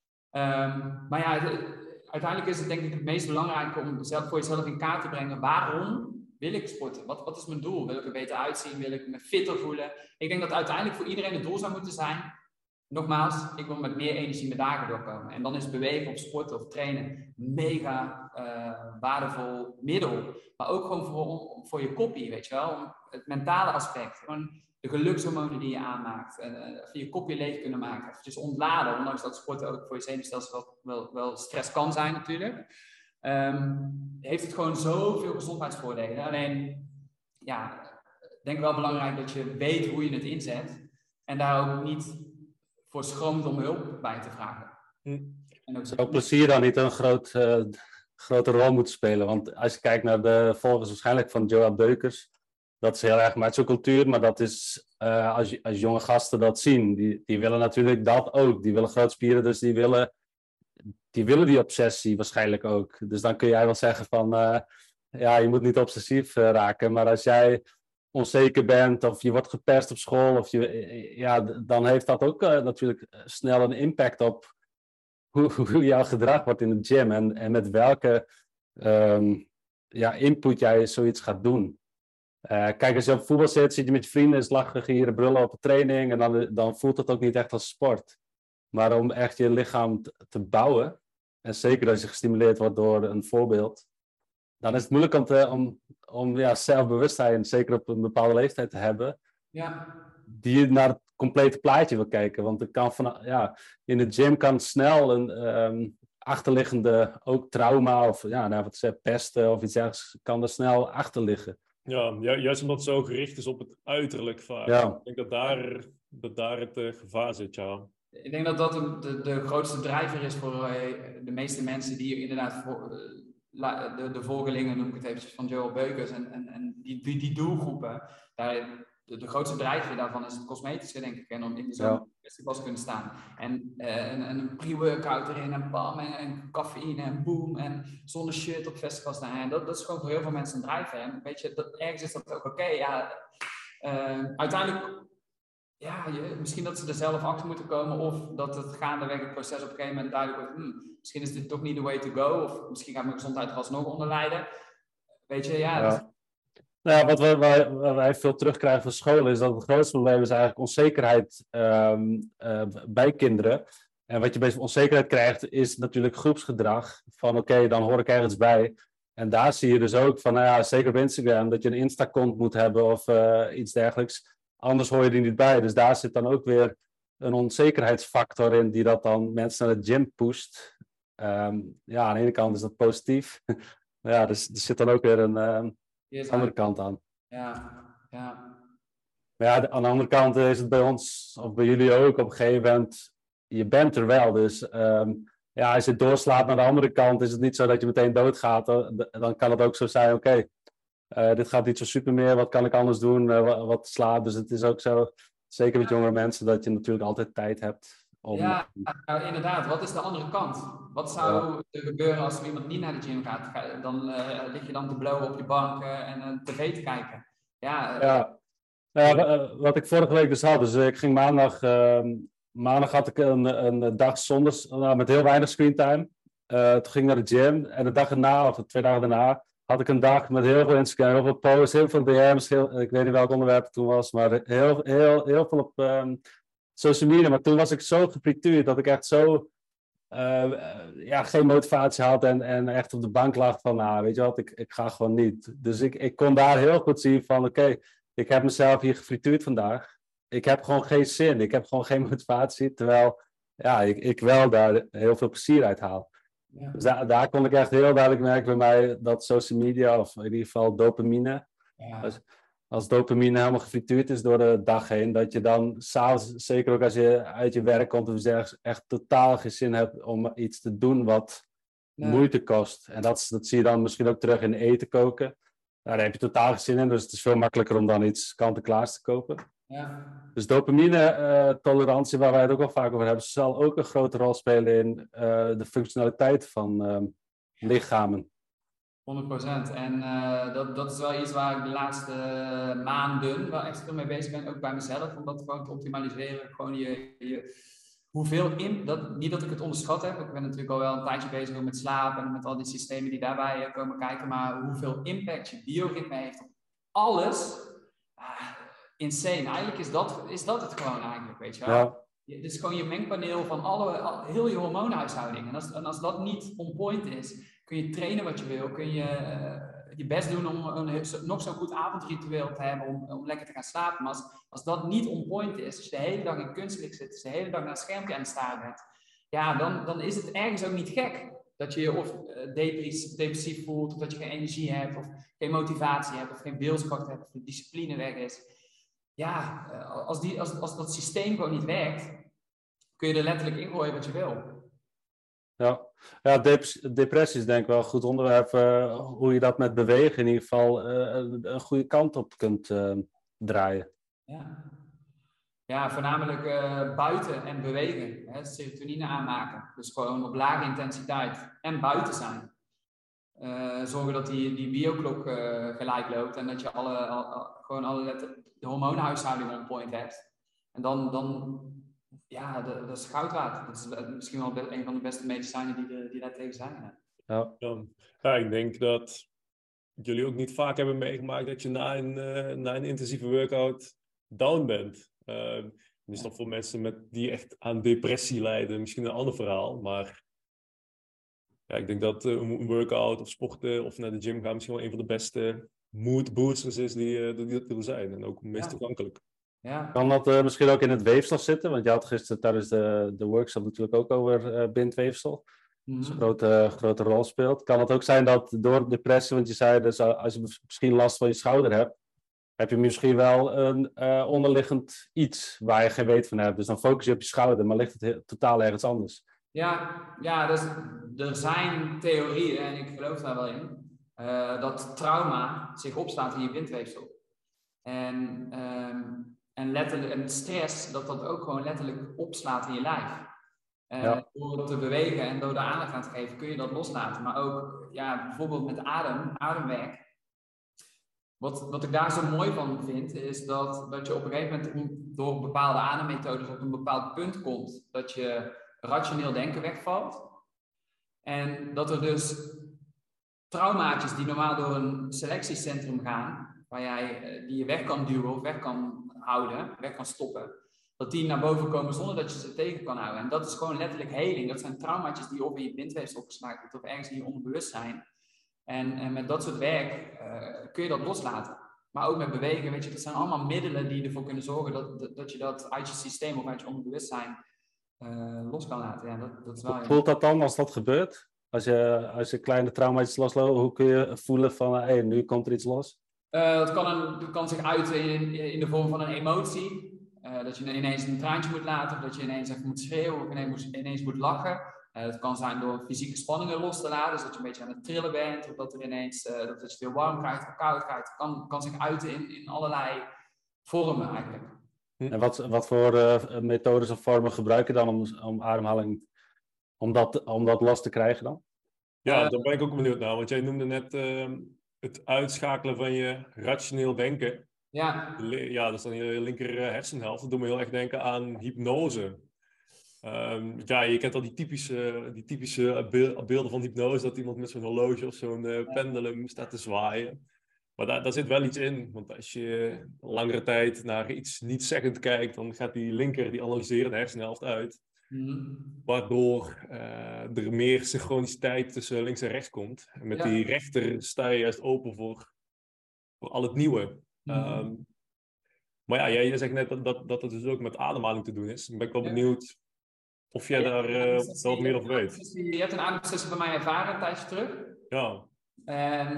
Uiteindelijk is het denk ik het meest belangrijke om voor jezelf in kaart te brengen. Waarom wil ik sporten? Wat is mijn doel? Wil ik er beter uitzien? Wil ik me fitter voelen? Ik denk dat uiteindelijk voor iedereen het doel zou moeten zijn. Nogmaals, ik wil met meer energie mijn dagen doorkomen. En dan is bewegen of sporten of trainen mega waardevol middel. Maar ook gewoon voor je koppie, weet je wel. Het mentale aspect. Gewoon de gelukshormonen die je aanmaakt. Even je kopje leeg kunnen maken. Eventjes ontladen. Ondanks dat sporten ook voor je zenuwstelsel wel stress kan zijn natuurlijk. Heeft het gewoon zoveel gezondheidsvoordelen. Alleen, ik denk wel belangrijk dat je weet hoe je het inzet. En daar ook niet voor schroomt om hulp bij te vragen. Zou plezier dan niet een grote rol moeten spelen? Want als je kijkt naar de volgers waarschijnlijk van Joël Beukers, dat is heel erg met zijn cultuur, maar dat is, als jonge gasten dat zien, die willen natuurlijk dat ook. Die willen grote spieren, dus die willen die obsessie waarschijnlijk ook. Dus dan kun jij wel zeggen van, je moet niet obsessief raken, maar als jij onzeker bent of je wordt gepest op school, of dan heeft dat ook natuurlijk snel een impact op hoe jouw gedrag wordt in de gym en met welke input jij zoiets gaat doen. Kijk, als je op voetbal zit je met je vrienden, is lachen, gieren, brullen op een training en dan voelt het ook niet echt als sport. Maar om echt je lichaam te bouwen, en zeker als je gestimuleerd wordt door een voorbeeld, dan is het moeilijk om zelfbewustzijn, zeker op een bepaalde leeftijd te hebben, die je naar het complete plaatje wil kijken. Want er kan in de gym kan snel een achterliggende, ook trauma of pesten of iets dergelijks, kan er snel achter liggen. Ja, juist omdat het zo gericht is op het uiterlijk vaak. Ja. Ik denk dat daar het gevaar zit, ja. Ik denk dat de grootste drijver is voor de meeste mensen die inderdaad de volgelingen, noem ik het eventjes, van Joël Beukers en die doelgroepen, de grootste drijver daarvan is het cosmetische, denk ik. En om in zo'n festival te kunnen staan. En een pre-workout erin en bam, en cafeïne en boom, en zonder shirt op festivals staan. En dat is gewoon voor heel veel mensen een drijver. En weet je, ergens is dat ook oké. Uiteindelijk, ja, misschien dat ze er zelf achter moeten komen of dat het gaandeweg het proces op een gegeven moment duidelijk wordt, misschien is dit toch niet the way to go of misschien gaat mijn gezondheid er alsnog onder lijden. Weet je, ja. Nou ja, wat wij veel terugkrijgen van scholen is dat het grootste probleem is eigenlijk onzekerheid bij kinderen. En wat je bij onzekerheid krijgt is natuurlijk groepsgedrag. Van oké, dan hoor ik ergens bij. En daar zie je dus ook van, nou ja, zeker op Instagram, dat je een Insta-kont moet hebben of iets dergelijks. Anders hoor je er niet bij. Dus daar zit dan ook weer een onzekerheidsfactor in die dat dan mensen naar de gym pusht. Ja, aan de ene kant is dat positief. Maar ja, dus er zit dan ook weer een andere kant aan. Ja. Maar ja, aan de andere kant is het bij ons, of bij jullie ook, op een gegeven moment, je bent er wel. Dus ja, als je doorslaat naar de andere kant, is het niet zo dat je meteen doodgaat. Dan kan het ook zo zijn, oké, dit gaat niet zo super meer, wat kan ik anders doen, wat slaat. Dus het is ook zo, zeker met jongere mensen, dat je natuurlijk altijd tijd hebt. Ja, nou, inderdaad. Wat is de andere kant? Wat zou er gebeuren als er iemand niet naar de gym gaat? Dan lig je dan te blowen op je bank en tv te kijken. Wat ik vorige week dus had, dus ik ging maandag had ik een dag zonder, met heel weinig screentime. Toen ging ik naar de gym en de dag erna, of de 2 dagen daarna, had ik een dag met heel veel Instagram, heel veel posts, heel veel DM's, ik weet niet welk onderwerp het toen was, maar heel veel op social media. Maar toen was ik zo gefrituurd dat ik echt zo geen motivatie had en echt op de bank lag van, nou, weet je wat, ik ga gewoon niet. Dus ik kon daar heel goed zien van, oké, ik heb mezelf hier gefrituurd vandaag. Ik heb gewoon geen zin, ik heb gewoon geen motivatie, terwijl ik wel daar heel veel plezier uit haal. Ja. Dus daar kon ik echt heel duidelijk merken bij mij dat social media, of in ieder geval dopamine, als dopamine helemaal gefrituurd is door de dag heen, dat je dan s'avonds, zeker ook als je uit je werk komt of echt totaal geen zin hebt om iets te doen wat moeite kost. En dat zie je dan misschien ook terug in eten koken. Daar heb je totaal geen zin in, dus het is veel makkelijker om dan iets kant-en-klaars te kopen. Ja. Dus dopamine-tolerantie, waar wij het ook wel vaak over hebben, zal ook een grote rol spelen in de functionaliteit van lichamen. 100%. En dat is wel iets waar ik de laatste maanden wel echt veel mee bezig ben, ook bij mezelf, om dat gewoon te optimaliseren. Gewoon hoeveel niet dat ik het onderschat heb, ik ben natuurlijk al wel een tijdje bezig met slaap en met al die systemen die daarbij komen kijken, maar hoeveel impact je bioritme heeft op alles, insane. Eigenlijk is dat het gewoon eigenlijk, weet je wel. Ja. Het is gewoon je mengpaneel van heel je hormoonhuishouding. En als dat niet on point is, kun je trainen wat je wil, kun je je best doen om nog zo'n goed avondritueel te hebben om lekker te gaan slapen. Maar als dat niet on point is, als je de hele dag in kunstlicht zit, als je de hele dag naar een schermpje aan het staren bent, ja, dan is het ergens ook niet gek dat je je of depressief voelt, of dat je geen energie hebt, of geen motivatie hebt, of geen wilskracht hebt, of de discipline weg is. Ja, als dat systeem gewoon niet werkt, kun je er letterlijk ingooien wat je wil. Ja, depressie is denk ik wel een goed onderwerp. Hoe je dat met bewegen in ieder geval een goede kant op kunt draaien. Ja, voornamelijk buiten en bewegen. Hè, serotonine aanmaken. Dus gewoon op lage intensiteit en buiten zijn. Zorgen dat die bioklok gelijk loopt en dat je de hormoonhuishouding on point hebt. En dan dat is goud waard. Dat is misschien wel een van de beste medicijnen die daar tegen zijn. Ja, ik denk dat jullie ook niet vaak hebben meegemaakt dat je na een intensieve workout down bent. Dus dan voor mensen die echt aan depressie lijden, misschien een ander verhaal. Maar ja, ik denk dat een workout of sporten of naar de gym gaan misschien wel een van de beste mood boosters is die er zijn. En ook meest toegankelijk. Ja. Kan dat misschien ook in het weefsel zitten? Want je had gisteren tijdens de workshop natuurlijk ook over bindweefsel. Dat een grote rol speelt. Kan het ook zijn dat door depressie, want je zei dus als je misschien last van je schouder hebt, heb je misschien wel een onderliggend iets waar je geen weet van hebt. Dus dan focus je op je schouder, maar ligt het totaal ergens anders. Ja, dus er zijn theorieën, en ik geloof daar wel in, dat trauma zich opslaat in je bindweefsel. En stress, dat ook gewoon letterlijk opslaat in je lijf. Door te bewegen en door de aandacht aan te geven, kun je dat loslaten. Maar ook bijvoorbeeld met ademwerk. Wat ik daar zo mooi van vind, is dat je op een gegeven moment door bepaalde ademmethodes op een bepaald punt komt, dat je rationeel denken wegvalt. En dat er dus traumaatjes die normaal door een selectiecentrum gaan, die je weg kan duwen of weg kan houden, weg kan stoppen, dat die naar boven komen zonder dat je ze tegen kan houden. En dat is gewoon letterlijk heling. Dat zijn traumaatjes die of in je bindweefsel opgeslagen worden of ergens in je onderbewustzijn. En met dat soort werk kun je dat loslaten. Maar ook met bewegen, weet je, dat zijn allemaal middelen die ervoor kunnen zorgen dat je dat uit je systeem of uit je onderbewustzijn los kan laten. Ja, dat is wel, Voelt dat dan als dat gebeurt? Als je kleine trauma's losloopt, hoe kun je voelen van, hey, nu komt er iets los? Dat kan zich uiten in de vorm van een emotie. Dat je ineens een traantje moet laten, of dat je ineens even moet schreeuwen, of ineens moet lachen. Het kan zijn door fysieke spanningen los te laten, dus dat je een beetje aan het trillen bent, of dat er ineens dat je het heel warm krijgt of koud krijgt. Het kan zich uiten in allerlei vormen eigenlijk. En wat voor methodes of vormen gebruik je dan om ademhaling, om dat los te krijgen dan? Ja, daar ben ik ook benieuwd naar, want jij noemde net het uitschakelen van je rationeel denken. Ja. Ja, dat is dan je linker hersenhelft. Dat doet me heel erg denken aan hypnose. Ja, je kent al die typische beelden van hypnose, dat iemand met zo'n horloge of zo'n pendulum staat te zwaaien. Maar daar zit wel iets in, want als je langere tijd naar iets niet-zeggend kijkt, dan gaat die analyserende hersenhelft uit. Waardoor er meer synchroniciteit tussen links en rechts komt. En met die rechter sta je juist open voor al het nieuwe. Maar ja, jij zegt net dat het dus ook met ademhaling te doen is. Dan ben ik wel benieuwd of jij daar wat meer over weet. Je hebt een ademsessie bij mij ervaren een tijdje terug. Ja. En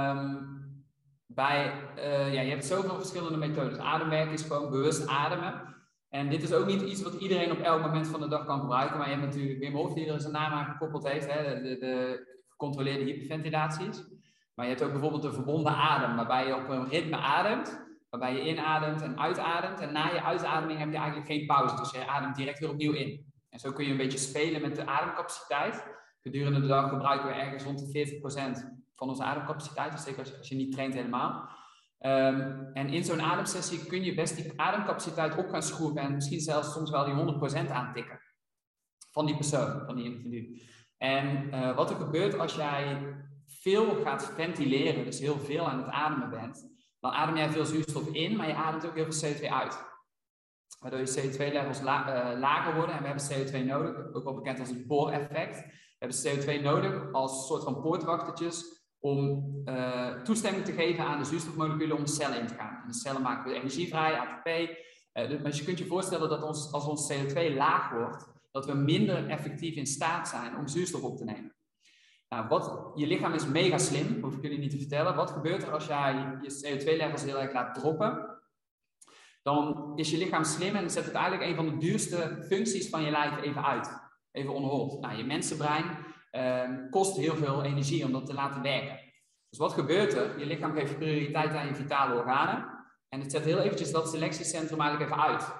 je hebt zoveel verschillende methodes. Ademwerk is gewoon bewust ademen. En dit is ook niet iets wat iedereen op elk moment van de dag kan gebruiken. Maar je hebt natuurlijk Wim Hof die er zijn naam aan gekoppeld heeft. Hè, de gecontroleerde hyperventilaties. Maar je hebt ook bijvoorbeeld de verbonden adem. Waarbij je op een ritme ademt. Waarbij je inademt en uitademt. En na je uitademing heb je eigenlijk geen pauze. Dus je ademt direct weer opnieuw in. En zo kun je een beetje spelen met de ademcapaciteit. Gedurende de dag gebruiken we ergens rond de 40% van onze ademcapaciteit. Dus zeker als je niet traint helemaal. En in zo'n ademsessie kun je best die ademcapaciteit op gaan schroeven. En misschien zelfs soms wel die 100% aantikken. Van die persoon, van die individu. En wat er gebeurt als jij veel gaat ventileren. Dus heel veel aan het ademen bent. Dan adem jij veel zuurstof in, maar je ademt ook heel veel CO2 uit. Waardoor je CO2-levels lager worden. En we hebben CO2 nodig, ook wel bekend als het Bohr-effect. We hebben CO2 nodig als soort van poortwachtertjes om toestemming te geven aan de zuurstofmoleculen om de cellen in te gaan. In de cellen maken we energie vrij, ATP. Dus je kunt je voorstellen dat als ons CO2 laag wordt, dat we minder effectief in staat zijn om zuurstof op te nemen. Nou, je lichaam is mega slim, hoef ik jullie niet te vertellen. Wat gebeurt er als jij je CO2-levels heel erg laat droppen? Dan is je lichaam slim en zet het eigenlijk een van de duurste functies van je lijf even uit. Even on hold. Nou, je mensenbrein kost heel veel energie om dat te laten werken. Dus wat gebeurt er? Je lichaam geeft prioriteit aan je vitale organen. En het zet heel eventjes dat selectiecentrum eigenlijk even uit.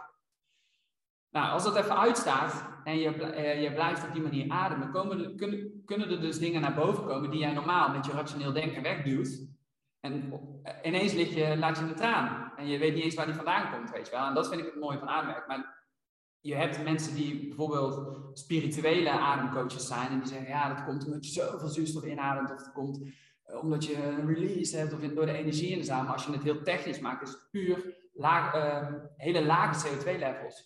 Nou, als dat even uitstaat en je blijft op die manier ademen, kunnen er dus dingen naar boven komen die jij normaal met je rationeel denken wegduwt. En ineens laat je een traan. En je weet niet eens waar die vandaan komt, weet je wel. En dat vind ik het mooie van ademwerk. Maar je hebt mensen die bijvoorbeeld spirituele ademcoaches zijn. En die zeggen, ja, dat komt omdat je zoveel zuurstof inademt. Of het komt omdat je een release hebt. Of door de energie in de zaal. Maar als je het heel technisch maakt, is het puur hele lage CO2-levels.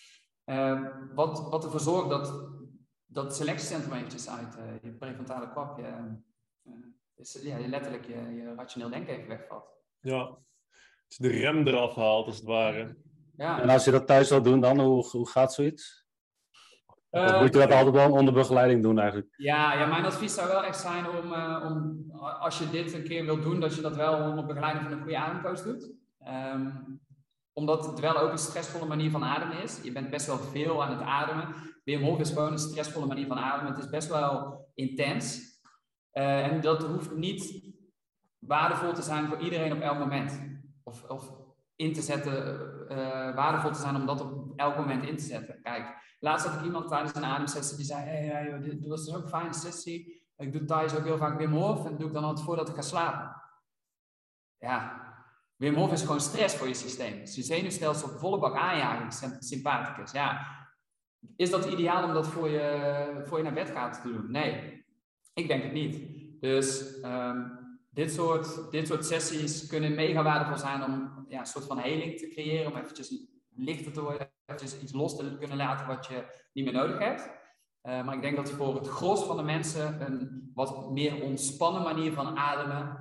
Wat ervoor zorgt dat het selectiecentrum eventjes uit je prefrontale kwap letterlijk je rationeel denken even wegvalt. Ja, dus de rem eraf haalt als het ware. Ja. En als je dat thuis wil doen, dan hoe gaat zoiets? Of moet je dat altijd wel onder begeleiding doen eigenlijk? Ja, mijn advies zou wel echt zijn om als je dit een keer wilt doen, dat je dat wel onder begeleiding van een goede ademcoach doet. Omdat het wel ook een stressvolle manier van ademen is. Je bent best wel veel aan het ademen. Wim Hof is gewoon een stressvolle manier van ademen. Het is best wel intens. En dat hoeft niet waardevol te zijn voor iedereen op elk moment. Of in te zetten, waardevol te zijn om dat op elk moment in te zetten. Kijk, laatst had ik iemand tijdens een ademsessie die zei, hey, dit was dus ook een fijne sessie. Ik doe thuis ook heel vaak Wim Hof en dat doe ik dan altijd voordat ik ga slapen. Wim Hof is gewoon stress voor je systeem. Dus je zenuwstelsel volle bak aanjagen, sympathicus. Ja, is dat ideaal om dat voor je naar bed gaat te doen? Nee, ik denk het niet. Dus dit soort sessies kunnen mega waardevol zijn om een soort van heling te creëren, om eventjes lichter te worden, eventjes iets los te kunnen laten wat je niet meer nodig hebt. Maar ik denk dat voor het gros van de mensen een wat meer ontspannen manier van ademen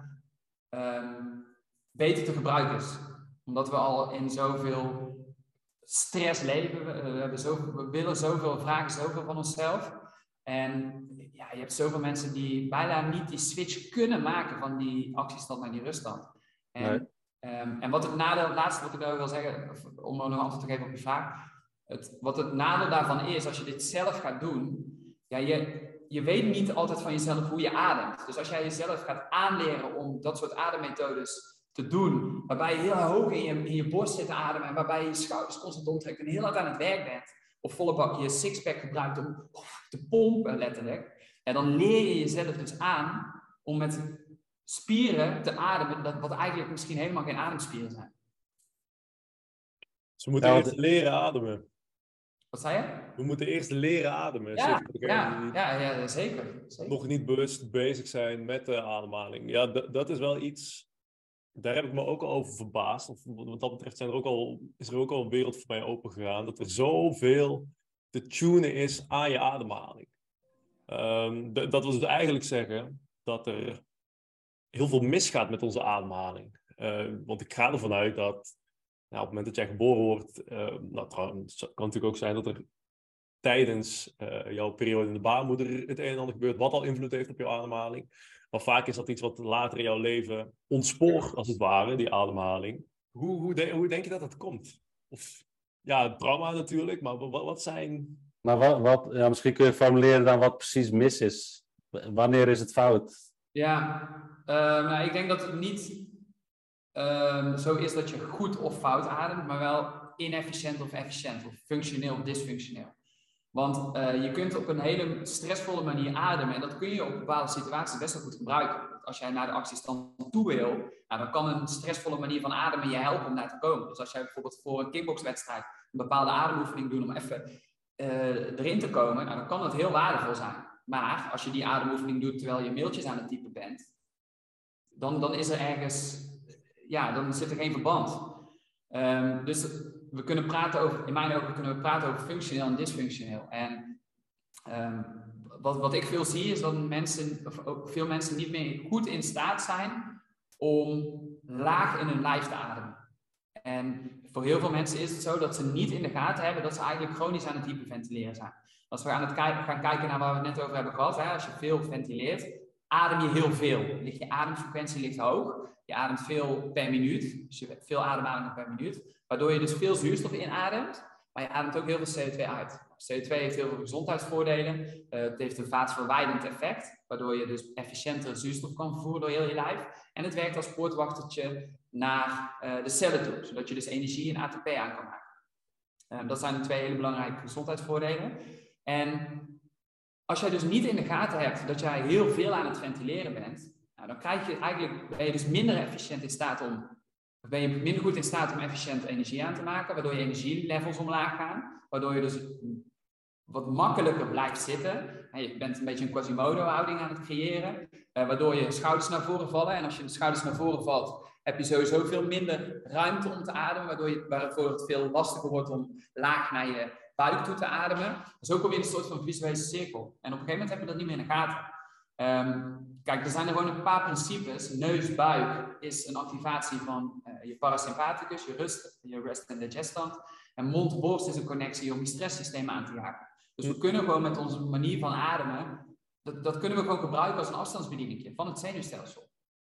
beter te gebruiken is. Omdat we al in zoveel stress leven, we willen zoveel, vragen zoveel van onszelf. En je hebt zoveel mensen die bijna niet die switch kunnen maken van die actiestand naar die ruststand. En wat het nadeel, het laatste wat ik daarover wil zeggen, om nog een antwoord te geven op je vraag. Wat het nadeel daarvan is, als je dit zelf gaat doen, je weet niet altijd van jezelf hoe je ademt. Dus als jij jezelf gaat aanleren om dat soort ademmethodes te doen, waarbij je heel hoog in je borst zit te ademen en waarbij je je schouders constant omtrekt en heel hard aan het werk bent, of volle bak je sixpack gebruikt om te pompen letterlijk, en dan leer je jezelf dus aan om met spieren te ademen, wat eigenlijk misschien helemaal geen ademspieren zijn. Dus we moeten eerst leren ademen. Wat zei je? We moeten eerst leren ademen. Ja, zeker. Nog niet bewust bezig zijn met de ademhaling. Ja, dat is wel iets. Daar heb ik me ook al over verbaasd. Wat dat betreft is er ook al een wereld voor mij open gegaan. Dat er zoveel te tunen is aan je ademhaling. Dat wil dus eigenlijk zeggen dat er heel veel misgaat met onze ademhaling. Want ik ga ervan uit dat op het moment dat jij geboren wordt, trouwens, het kan natuurlijk ook zijn dat er tijdens jouw periode in de baarmoeder het een en ander gebeurt, wat al invloed heeft op jouw ademhaling. Maar vaak is dat iets wat later in jouw leven ontspoort, als het ware, die ademhaling. Hoe denk je dat dat komt? Of, trauma natuurlijk, maar wat zijn... Maar misschien kun je formuleren dan wat precies mis is. Wanneer is het fout? Ik denk dat het niet zo is dat je goed of fout ademt, maar wel inefficiënt of efficiënt, of functioneel of dysfunctioneel. Want je kunt op een hele stressvolle manier ademen en dat kun je op bepaalde situaties best wel goed gebruiken. Als jij naar de actiestand toe wil, dan kan een stressvolle manier van ademen je helpen om daar te komen. Dus als jij bijvoorbeeld voor een kickboxwedstrijd een bepaalde ademoefening doet om even erin te komen, dan kan dat heel waardevol zijn. Maar als je die ademoefening doet terwijl je mailtjes aan het typen bent, dan is er ergens, dan zit er geen verband. Dus we kunnen praten over, in mijn ogen kunnen we praten over functioneel en dysfunctioneel. En wat ik veel zie is dat veel mensen niet meer goed in staat zijn om laag in hun lijf te ademen. En voor heel veel mensen is het zo dat ze niet in de gaten hebben dat ze eigenlijk chronisch aan het hyperventileren zijn. Als we gaan kijken naar waar we het net over hebben gehad, als je veel ventileert, adem je heel veel. Je ademfrequentie ligt hoog. Je ademt veel per minuut. Dus je hebt veel ademhalingen per minuut. Waardoor je dus veel zuurstof inademt. Maar je ademt ook heel veel CO2 uit. CO2 heeft heel veel gezondheidsvoordelen. Het heeft een vaatverwijdend effect. Waardoor je dus efficiënter zuurstof kan vervoeren door heel je lijf. En het werkt als poortwachtertje naar de cellen toe. Zodat je dus energie en ATP aan kan maken. Dat zijn de twee hele belangrijke gezondheidsvoordelen. En als jij dus niet in de gaten hebt dat jij heel veel aan het ventileren bent, dan ben je dus minder efficiënt in staat ben je minder goed in staat om efficiënt energie aan te maken, waardoor je energielevels omlaag gaan, waardoor je dus wat makkelijker blijft zitten. Je bent een beetje een Quasimodo-houding aan het creëren, waardoor je schouders naar voren vallen. En als je de schouders naar voren valt, heb je sowieso veel minder ruimte om te ademen, waarvoor het veel lastiger wordt om laag naar je buik toe te ademen. Dus ook alweer een soort van visuele cirkel. En op een gegeven moment heb je dat niet meer in de gaten. Kijk, er zijn er gewoon een paar principes. Neus-buik is een activatie van je parasympathicus, je rest- en digest-stand. En mond-borst is een connectie om je stresssysteem aan te jagen. Dus we kunnen gewoon met onze manier van ademen, dat kunnen we gewoon gebruiken als een afstandsbedieningje van het zenuwstelsel.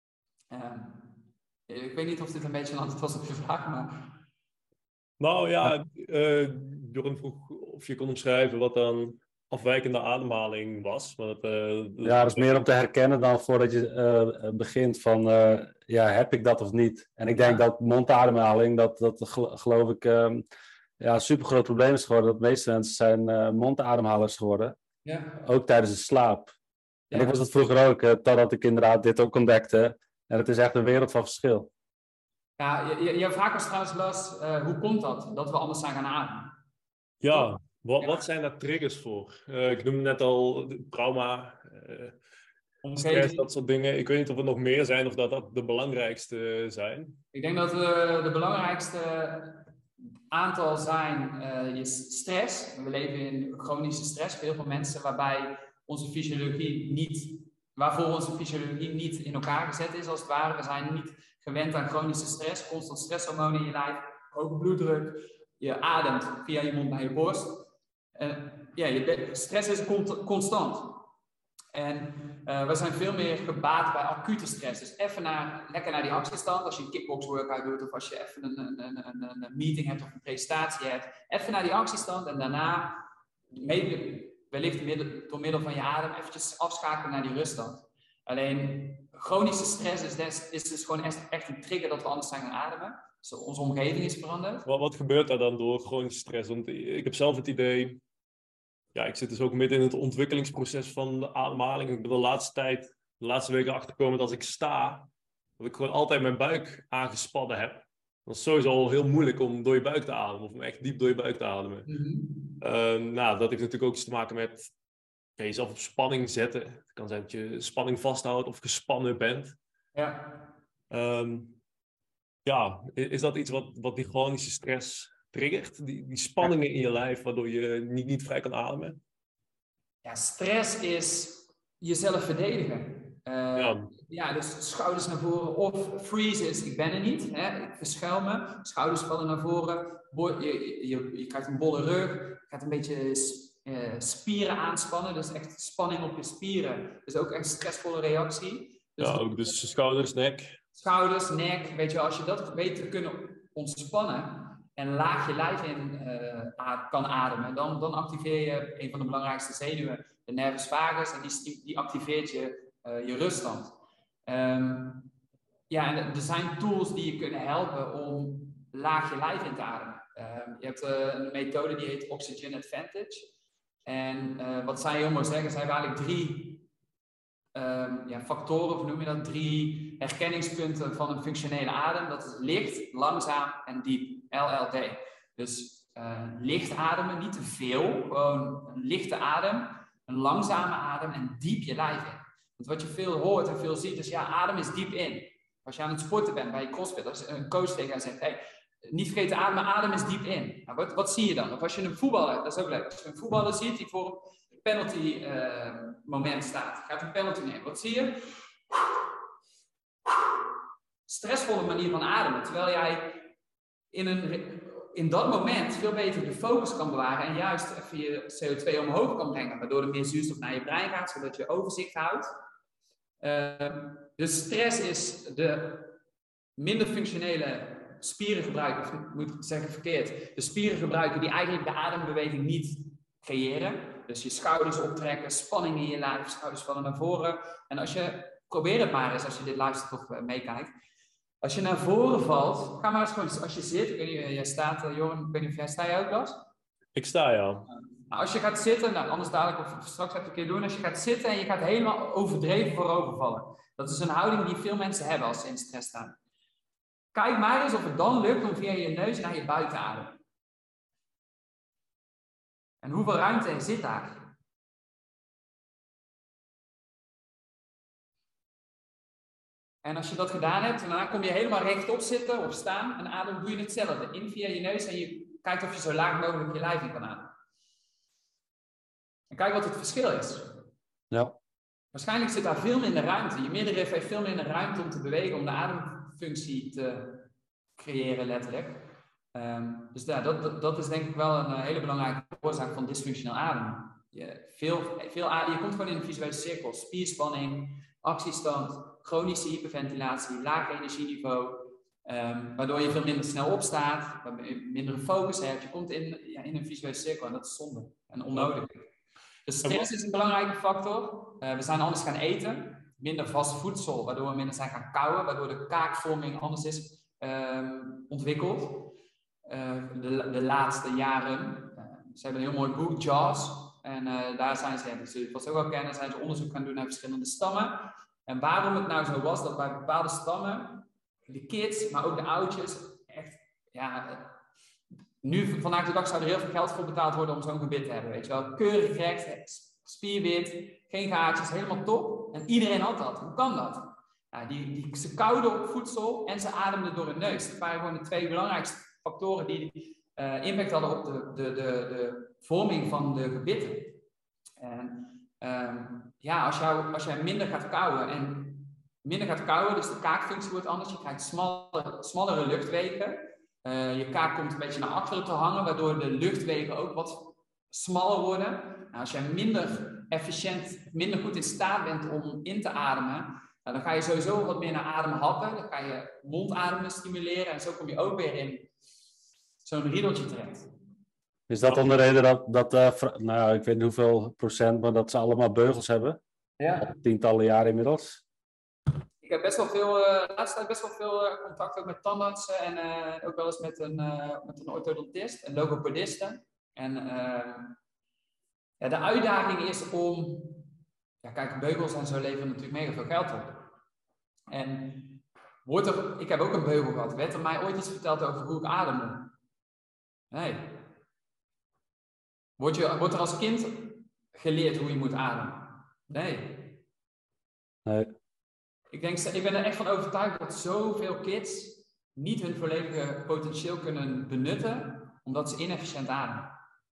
Ik weet niet of dit een beetje een antwoord was op je vraag, maar... Nou ja, Jorn vroeg of je kon omschrijven wat dan afwijkende ademhaling was. Maar dat is meer om te herkennen dan voordat je begint van, heb ik dat of niet? En ik denk dat mondademhaling, dat geloof ik, een supergroot probleem is geworden. Dat de meeste mensen zijn mondademhalers geworden. Ja. Ook tijdens de slaap. En ik was het vroeger ook, totdat ik inderdaad dit ook ontdekte. En het is echt een wereld van verschil. Ja, jouw vraag was trouwens, Las, hoe komt dat we anders zijn gaan ademen? Ja, wat zijn daar triggers voor? Ik noemde net al trauma, stress, dat soort dingen. Ik weet niet of er nog meer zijn of dat de belangrijkste zijn. Ik denk dat de belangrijkste aantal zijn is stress. We leven in chronische stress voor heel veel mensen, waarvoor onze fysiologie niet in elkaar gezet is, als het ware. We zijn niet gewend aan chronische stress, constant stresshormonen in je lijf, hoge bloeddruk, je ademt via je mond naar je borst. Stress is constant. En we zijn veel meer gebaat bij acute stress. Dus even lekker naar die actiestand. Als je een kickbox workout doet of als je even een meeting hebt of een presentatie hebt. Even naar die actiestand en daarna, wellicht door middel van je adem, eventjes afschakelen naar die ruststand. Alleen chronische stress is dus gewoon echt een trigger dat we anders zijn gaan ademen. Dus onze omgeving is veranderd. Wat gebeurt daar dan door chronische stress? Want ik heb zelf het idee... Ja, ik zit dus ook midden in het ontwikkelingsproces van de ademhaling. Ik ben de laatste weken achtergekomen dat als ik sta, dat ik gewoon altijd mijn buik aangespannen heb. Dat is sowieso al heel moeilijk om door je buik te ademen, of om echt diep door je buik te ademen. Dat heeft natuurlijk ook iets te maken met jezelf op spanning zetten. Het kan zijn dat je spanning vasthoudt of gespannen bent. Ja. Is dat iets wat die chronische stress triggert? Die spanningen in je lijf, waardoor je niet vrij kan ademen? Ja, stress is jezelf verdedigen. Dus schouders naar voren of freeze is, ik ben er niet. Hè? Ik verschuil me, schouders vallen naar voren. Je krijgt een bolle rug, je gaat een beetje spieren aanspannen. Dus echt spanning op je spieren. Dus ook echt een stressvolle reactie. Dus ook dus schouders, nek. Schouders, nek, weet je, als je dat weet te kunnen ontspannen en laag je lijf in kan ademen, dan activeer je een van de belangrijkste zenuwen, de nervus vagus, en die activeert je ruststand. En er zijn tools die je kunnen helpen om laag je lijf in te ademen. Je hebt een methode die heet Oxygen Advantage. En wat zij heel mooi zeggen, zijn eigenlijk 3 factoren, of noem je dat, 3 herkenningspunten van een functionele adem. Dat is licht, langzaam en diep. LLD. Dus licht ademen, niet te veel. Gewoon een lichte adem, een langzame adem en diep je lijf in. Want wat je veel hoort en veel ziet is, adem is diep in. Als je aan het sporten bent bij je crossfit, als een coach tegen jou zegt, hey, niet vergeten ademen, adem is diep in. Nou, wat zie je dan? Of als je een voetballer, dat is ook leuk. Als je een voetballer ziet die voor een penalty moment staat, gaat een penalty nemen. Wat zie je? Stressvolle manier van ademen. Terwijl jij in dat moment veel beter de focus kan bewaren en juist even je CO2 omhoog kan brengen, waardoor er meer zuurstof naar je brein gaat, zodat je overzicht houdt. Dus stress is de minder functionele spieren gebruiken, of moet ik zeggen verkeerd, de spieren gebruiken die eigenlijk de adembeweging niet creëren. Dus je schouders optrekken, spanning in je lijf, schouders vallen naar voren. En probeer het maar eens als je dit luistert of meekijkt. Als je naar voren valt, ga maar eens gewoon, als je zit, ik weet niet, jij staat, Joran, ik weet niet of jij sta je ook, Bas? Ik sta, ja. Nou, als je gaat zitten, anders dadelijk of straks even een keer doen, als je gaat zitten en je gaat helemaal overdreven voorover vallen. Dat is een houding die veel mensen hebben als ze in stress staan. Kijk maar eens of het dan lukt om via je neus naar je buik te ademen. En hoeveel ruimte zit daar? En als je dat gedaan hebt, daarna kom je helemaal rechtop zitten of staan en doe je hetzelfde. In via je neus en je kijkt of je zo laag mogelijk je lijf in kan ademen. En kijk wat het verschil is. Ja. Waarschijnlijk zit daar veel minder ruimte. Je middenrif heeft veel minder ruimte om te bewegen, om de ademfunctie te creëren letterlijk. Dus dat is denk ik wel een hele belangrijke oorzaak van dysfunctioneel ademen. Je komt gewoon in een visuele cirkel. Spierspanning, actiestand, chronische hyperventilatie, laag energieniveau, waardoor je veel minder snel opstaat, minder focus hebt. Je komt in een visuele cirkel en dat is zonde en onnodig. Dus stress is een belangrijke factor. We zijn anders gaan eten, minder vast voedsel, waardoor we minder zijn gaan kauwen, waardoor de kaakvorming anders is ontwikkeld. De laatste jaren. Ze hebben een heel mooi boek, Jaws. En daar zijn ze, dus je vast ook wel kennen, zijn ze onderzoek gaan doen naar verschillende stammen. En waarom het nou zo was dat bij bepaalde stammen de kids, maar ook de oudjes, echt, ja, nu vandaag de dag zou er heel veel geld voor betaald worden om zo'n gebit te hebben, weet je wel. Keurig gerekt, spierwit, geen gaatjes, helemaal top. En iedereen had dat. Hoe kan dat? Ja, ze kauwden op voedsel en ze ademden door hun neus. Dat waren gewoon de twee belangrijkste factoren die impact hadden op de vorming van de gebitten. En ja, als jij minder gaat kauwen, dus de kaakfunctie wordt anders, je krijgt smallere luchtwegen. Je kaak komt een beetje naar achteren te hangen, waardoor de luchtwegen ook wat smaller worden. Nou, als jij minder efficiënt, minder goed in staat bent om in te ademen, dan ga je sowieso wat meer naar adem happen. Dan ga je mondademen stimuleren en zo kom je ook weer in zo'n riedeltje terecht. Is dat dan de reden nou, ik weet niet hoeveel procent, maar dat ze allemaal beugels hebben? Ja. Al tientallen jaren inmiddels. Ik heb best wel veel, laatst tijd best wel veel contact ook met tandartsen en ook wel eens met een orthodontist, een logopediste. En ja, de uitdaging is om, ja kijk, beugels en zo leveren natuurlijk mega veel geld op. En ik heb ook een beugel gehad, werd er mij ooit iets verteld over hoe ik ademde? Nee. Wordt er als kind geleerd hoe je moet ademen? Nee. Ik ben er echt van overtuigd dat zoveel kids niet hun volledige potentieel kunnen benutten, omdat ze inefficiënt ademen.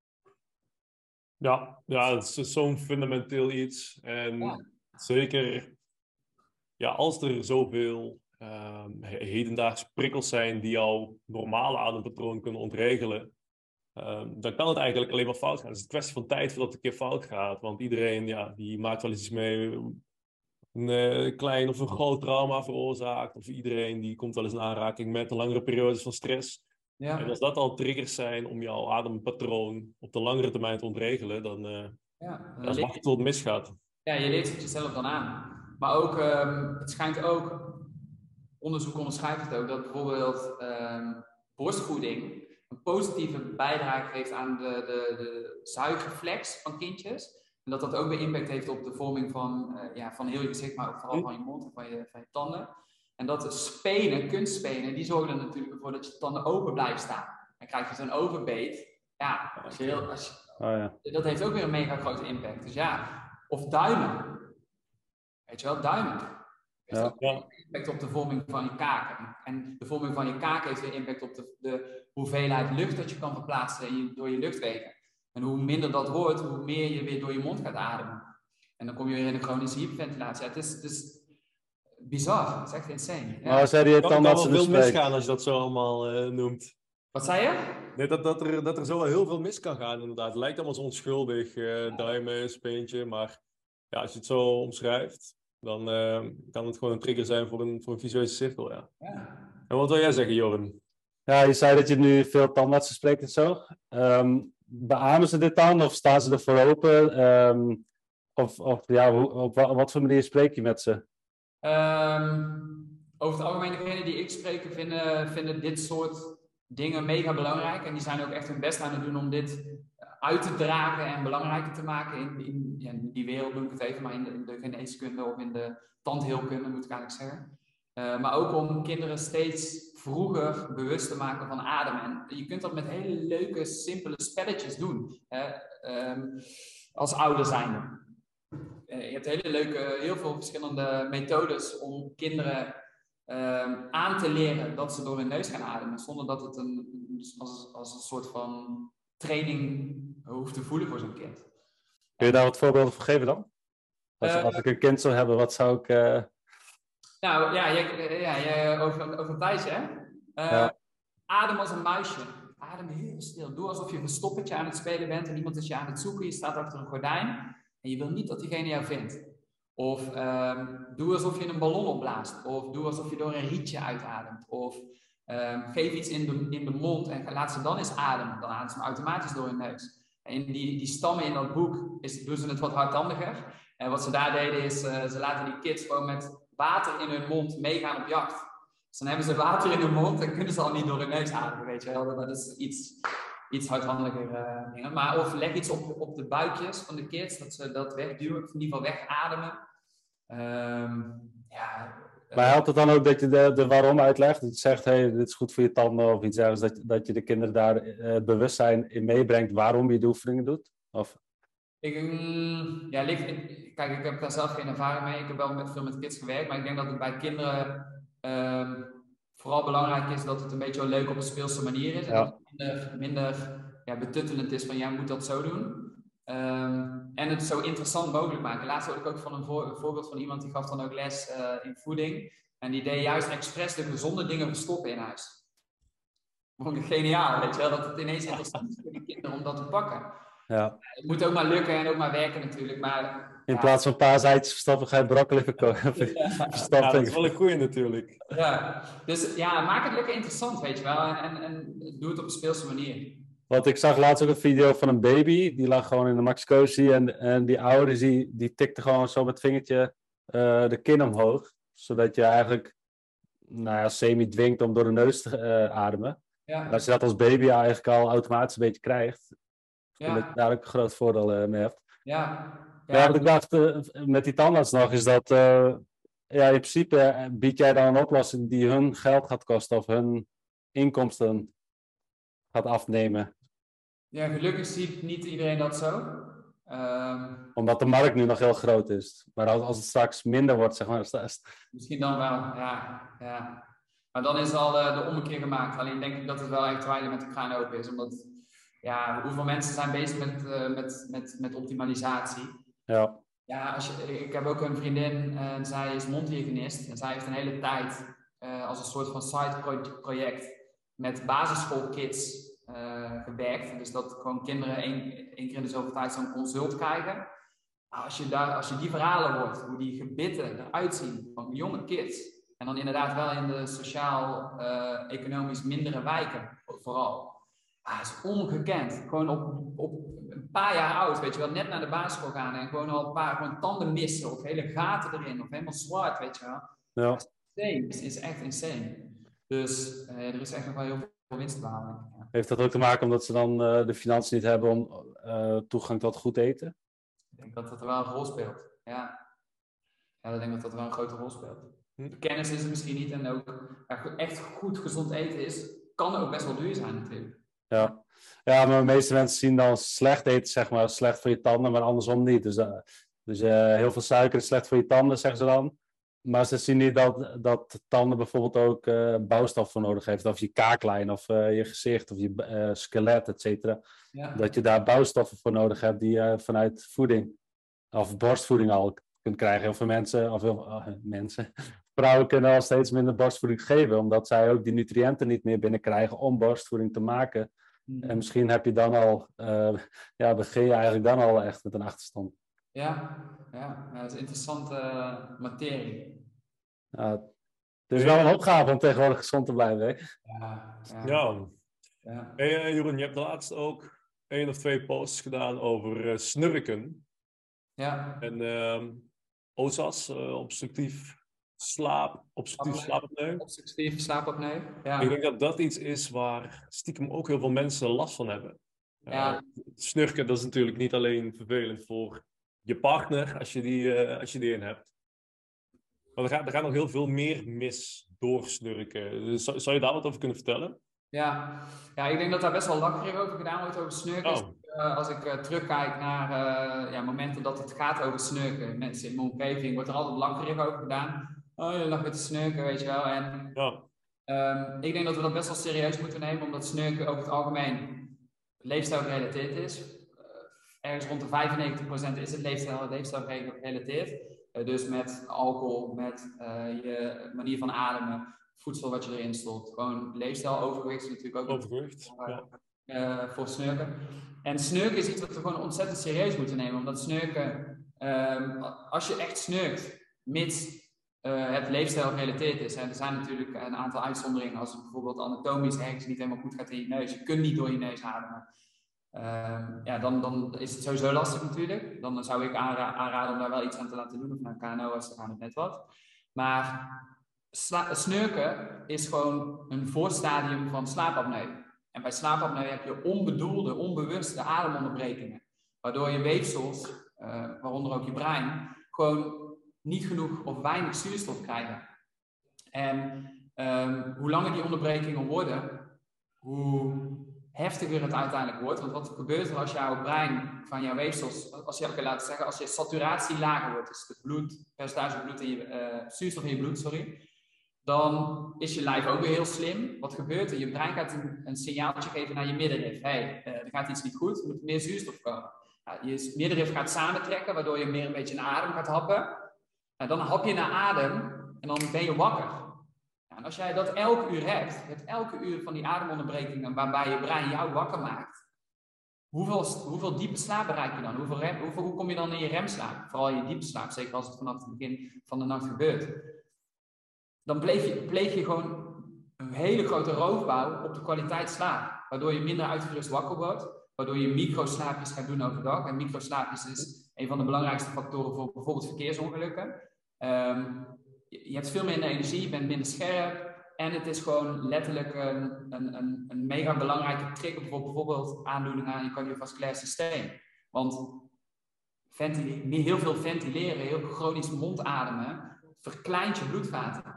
Ja, het is zo'n fundamenteel iets. En zeker, ja, als er zoveel hedendaagse prikkels zijn die jouw normale adempatroon kunnen ontregelen, dan kan het eigenlijk alleen maar fout gaan. Het is een kwestie van tijd voordat het een keer fout gaat. Want iedereen, ja, die maakt wel eens iets mee, een klein of een groot trauma veroorzaakt. Of iedereen die komt wel eens in aanraking met een langere periodes van stress. Ja. En als dat al triggers zijn om jouw adempatroon op de langere termijn te ontregelen, dan is het tot het misgaat. Ja, je leert het jezelf dan aan. Maar ook, het schijnt ook, onderzoek onderschrijft het ook, dat bijvoorbeeld borstvoeding een positieve bijdrage geeft aan de zuigreflex van kindjes. En dat ook weer impact heeft op de vorming van heel je gezicht, maar ook vooral van je mond en van je tanden. En dat kunstspenen, die zorgen er natuurlijk voor dat je tanden open blijven staan. Dan krijg je zo'n overbeet. Ja, dat heeft ook weer een mega grote impact. Dus ja, of duimen. Weet je wel, duimen. Heeft impact op de vorming van je kaken. En de vorming van je kaken heeft weer impact op de hoeveelheid lucht dat je kan verplaatsen door je luchtwegen. En hoe minder dat wordt, hoe meer je weer door je mond gaat ademen. En dan kom je weer in de chronische hyperventilatie. Het is bizar, het is echt insane. Ja. Maar zei je het dan dat ze veel misgaan als je dat zo allemaal noemt. Wat zei je? Nee, dat er zo heel veel mis kan gaan inderdaad. Het lijkt allemaal zo onschuldig, duimen, speentje. Maar ja, als je het zo omschrijft, dan kan het gewoon een trigger zijn voor een visueuze cirkel. Ja. En wat wil jij zeggen, Joren? Ja, je zei dat je nu veel tandartsen spreekt en zo. Beamen ze dit dan of staan ze ervoor open? Op wat voor manier spreek je met ze? Over het algemeen, degenen die ik spreek vinden dit soort dingen mega belangrijk. En die zijn ook echt hun best aan het doen om dit uit te dragen en belangrijker te maken in die wereld, noem ik het even, maar in de geneeskunde of in de tandheelkunde, moet ik eigenlijk zeggen. Maar ook om kinderen steeds vroeger bewust te maken van ademen. En je kunt dat met hele leuke, simpele spelletjes doen. Als ouder zijnde. Je hebt heel veel verschillende methodes om kinderen aan te leren dat ze door hun neus gaan ademen. Zonder dat het als een soort van training hoeft te voelen voor zo'n kind. Kun je daar wat voorbeelden voor geven dan? Als ik een kind zou hebben, wat zou ik... Nou ja, over een tijdje, hè? Adem als een muisje. Adem heel stil. Doe alsof je een verstoppertje aan het spelen bent en iemand is je aan het zoeken. Je staat achter een gordijn en je wil niet dat diegene jou vindt. Of doe alsof je een ballon opblaast. Of doe alsof je door een rietje uitademt. Of geef iets in de mond en laat ze dan eens ademen. Dan ademen ze automatisch door hun neus. En die stammen in dat boek doen ze het wat hardhandiger. En wat ze daar deden is, ze laten die kids gewoon met water in hun mond meegaan op jacht. Dus dan hebben ze water in hun mond en kunnen ze al niet door hun neus ademen, weet je wel. Dat is iets hardhandiger dingen. Maar of leg iets op de buikjes van de kids, dat ze dat wegduwen, of in ieder geval wegademen. Maar helpt het dan ook dat je de waarom uitlegt? Dat je zegt, hey, dit is goed voor je tanden of iets ergens. Dat je de kinderen daar het bewustzijn in meebrengt waarom je de oefeningen doet? Of... Kijk, ik heb daar zelf geen ervaring mee. Ik heb wel veel met kids gewerkt. Maar ik denk dat het bij kinderen vooral belangrijk is dat het een beetje leuk op een speelse manier is. En dat het minder betuttelend is van jij moet dat zo doen. En het zo interessant mogelijk maken. Laatst hoorde ik ook van een voorbeeld van iemand die gaf dan ook les in voeding. En die deed juist expres de gezonde dingen verstoppen in huis. Vond ik geniaal, weet je wel. Dat het ineens interessant is voor die kinderen om dat te pakken. Ja. Het moet ook maar lukken en ook maar werken natuurlijk. Maar, in plaats van paaseitjes verstoppen, ga je broccoli verstoppen. Ja, dat is wel een goeie natuurlijk. Ja, dus ja, maak het lekker interessant, weet je wel. En doe het op een speelse manier. Want ik zag laatst ook een video van een baby, die lag gewoon in de Maxi-cosi en die ouders die tikte gewoon zo met het vingertje de kin omhoog. Zodat je eigenlijk semi-dwingt om door de neus te ademen. Ja. Als je dat als baby eigenlijk al automatisch een beetje krijgt, Ja. dat je daar ook een groot voordeel mee hebt. Ja. Ja, wat ik dacht met die tandarts nog, is dat in principe bied jij dan een oplossing die hun geld gaat kosten of hun inkomsten gaat afnemen. Ja, gelukkig ziet niet iedereen dat zo. Omdat de markt nu nog heel groot is. Maar als het straks minder wordt, zeg maar. Misschien dan wel, ja. Maar dan is al de ommekeer gemaakt. Alleen denk ik dat het wel echt dweilen met de kraan open is. Omdat, hoeveel mensen zijn bezig met optimalisatie. Ja. Ja, ik heb ook een vriendin en zij is mondhygiënist. En zij heeft een hele tijd als een soort van side project met basisschoolkids gewerkt. Dus dat gewoon kinderen één keer in de zoveel tijd zo'n consult krijgen. Als je die verhalen hoort, hoe die gebitten eruit zien van jonge kids. En dan inderdaad wel in de sociaal-economisch mindere wijken vooral. Dat is ongekend. Gewoon op een paar jaar oud, weet je wel, net naar de basisschool gaan en gewoon al een paar tanden missen of hele gaten erin of helemaal zwart, weet je wel. Ja. Het is echt insane. Dus er is echt nog wel heel veel winst te behalen. Ja. Heeft dat ook te maken omdat ze dan de financiën niet hebben om toegang tot goed eten? Ik denk dat dat er wel een rol speelt. Ja, ik denk dat dat wel een grote rol speelt. Kennis is het misschien niet en ook echt goed gezond eten kan ook best wel duur zijn natuurlijk. Ja, maar de meeste mensen zien dan slecht eten, zeg maar, slecht voor je tanden, maar andersom niet. Dus heel veel suiker is slecht voor je tanden, zeggen ze dan. Maar ze zien niet dat tanden bijvoorbeeld ook bouwstof voor nodig heeft. Of je kaaklijn, of je gezicht, of je skelet, et cetera. Ja. Dat je daar bouwstoffen voor nodig hebt die je vanuit voeding, of borstvoeding al kunt krijgen. Heel veel mensen, vrouwen kunnen al steeds minder borstvoeding geven, omdat zij ook die nutriënten niet meer binnenkrijgen om borstvoeding te maken. En misschien heb je dan al, begin je eigenlijk dan al echt met een achterstand. Ja, dat is een interessante materie. Het is wel een opgave om tegenwoordig gezond te blijven, hè? Ja. Hey, Jeroen, je hebt laatst ook 1 of 2 posts gedaan over snurken. Ja. En OSAS, obstructief slaapapneu. Obstructief slaapapneu, ja. Ik denk dat dat iets is waar stiekem ook heel veel mensen last van hebben. Snurken, dat is natuurlijk niet alleen vervelend voor je partner, als je die in hebt. Maar er gaat nog heel veel meer mis door snurken. Dus zou je daar wat over kunnen vertellen? Ja, ik denk dat daar best wel lakkerig over gedaan wordt, over snurken. Als ik terugkijk naar momenten dat het gaat over snurken, mensen in mijn omgeving, wordt er altijd lakkerig over gedaan. Oh, je lag met te snurken, weet je wel. En ik denk dat we dat best wel serieus moeten nemen, omdat snurken over het algemeen leefstijl gerelateerd is. Ergens rond de 95% is het leefstijl gerelateerd. Dus met alcohol, met je manier van ademen, voedsel wat je erin stopt. Gewoon leefstijl, overgewicht is natuurlijk ook overgewicht, voor snurken. En snurken is iets wat we gewoon ontzettend serieus moeten nemen. Omdat snurken, als je echt snurkt, mits het leefstijl gerelateerd is. En er zijn natuurlijk een aantal uitzonderingen. Als het bijvoorbeeld anatomisch ergens niet helemaal goed gaat in je neus. Je kunt niet door je neus ademen. Dan is het sowieso lastig natuurlijk. Dan zou ik aanraden om daar wel iets aan te laten doen. Of naar een KNO-arts te gaan of net wat. Maar snurken is gewoon een voorstadium van slaapapneu. En bij slaapapneu heb je onbedoelde, onbewuste ademonderbrekingen. Waardoor je weefsels, waaronder ook je brein, gewoon niet genoeg of weinig zuurstof krijgen. En hoe langer die onderbrekingen worden, hoe heftiger het uiteindelijk wordt. Want wat gebeurt er als jouw brein van jouw weefsels, als je saturatie lager wordt, dus het percentage bloed in je, zuurstof in je bloed, sorry, dan is je lijf ook weer heel slim. Wat gebeurt er? Je brein gaat een signaaltje geven naar je middenrif. Er gaat iets niet goed, er moet meer zuurstof komen. Nou, je middenrif gaat samentrekken, waardoor je meer een beetje naar adem gaat happen. Dan hap je naar adem en dan ben je wakker. En als jij dat elke uur hebt, je hebt elke uur van die ademonderbrekingen waarbij je brein jou wakker maakt, hoeveel diepe slaap bereik je dan? Hoe kom je dan in je remslaap? Vooral in je diepe slaap, zeker als het vanaf het begin van de nacht gebeurt. Dan pleeg je gewoon een hele grote roofbouw op de kwaliteit slaap. Waardoor je minder uitgerust wakker wordt, waardoor je microslaapjes gaat doen overdag. En microslaapjes is een van de belangrijkste factoren voor bijvoorbeeld verkeersongelukken. Je hebt veel minder energie, je bent minder scherp. En het is gewoon letterlijk een mega belangrijke trigger voor bijvoorbeeld aandoeningen aan je cardiovasculair systeem. Want heel veel ventileren, heel chronisch mondademen, verkleint je bloedvaten.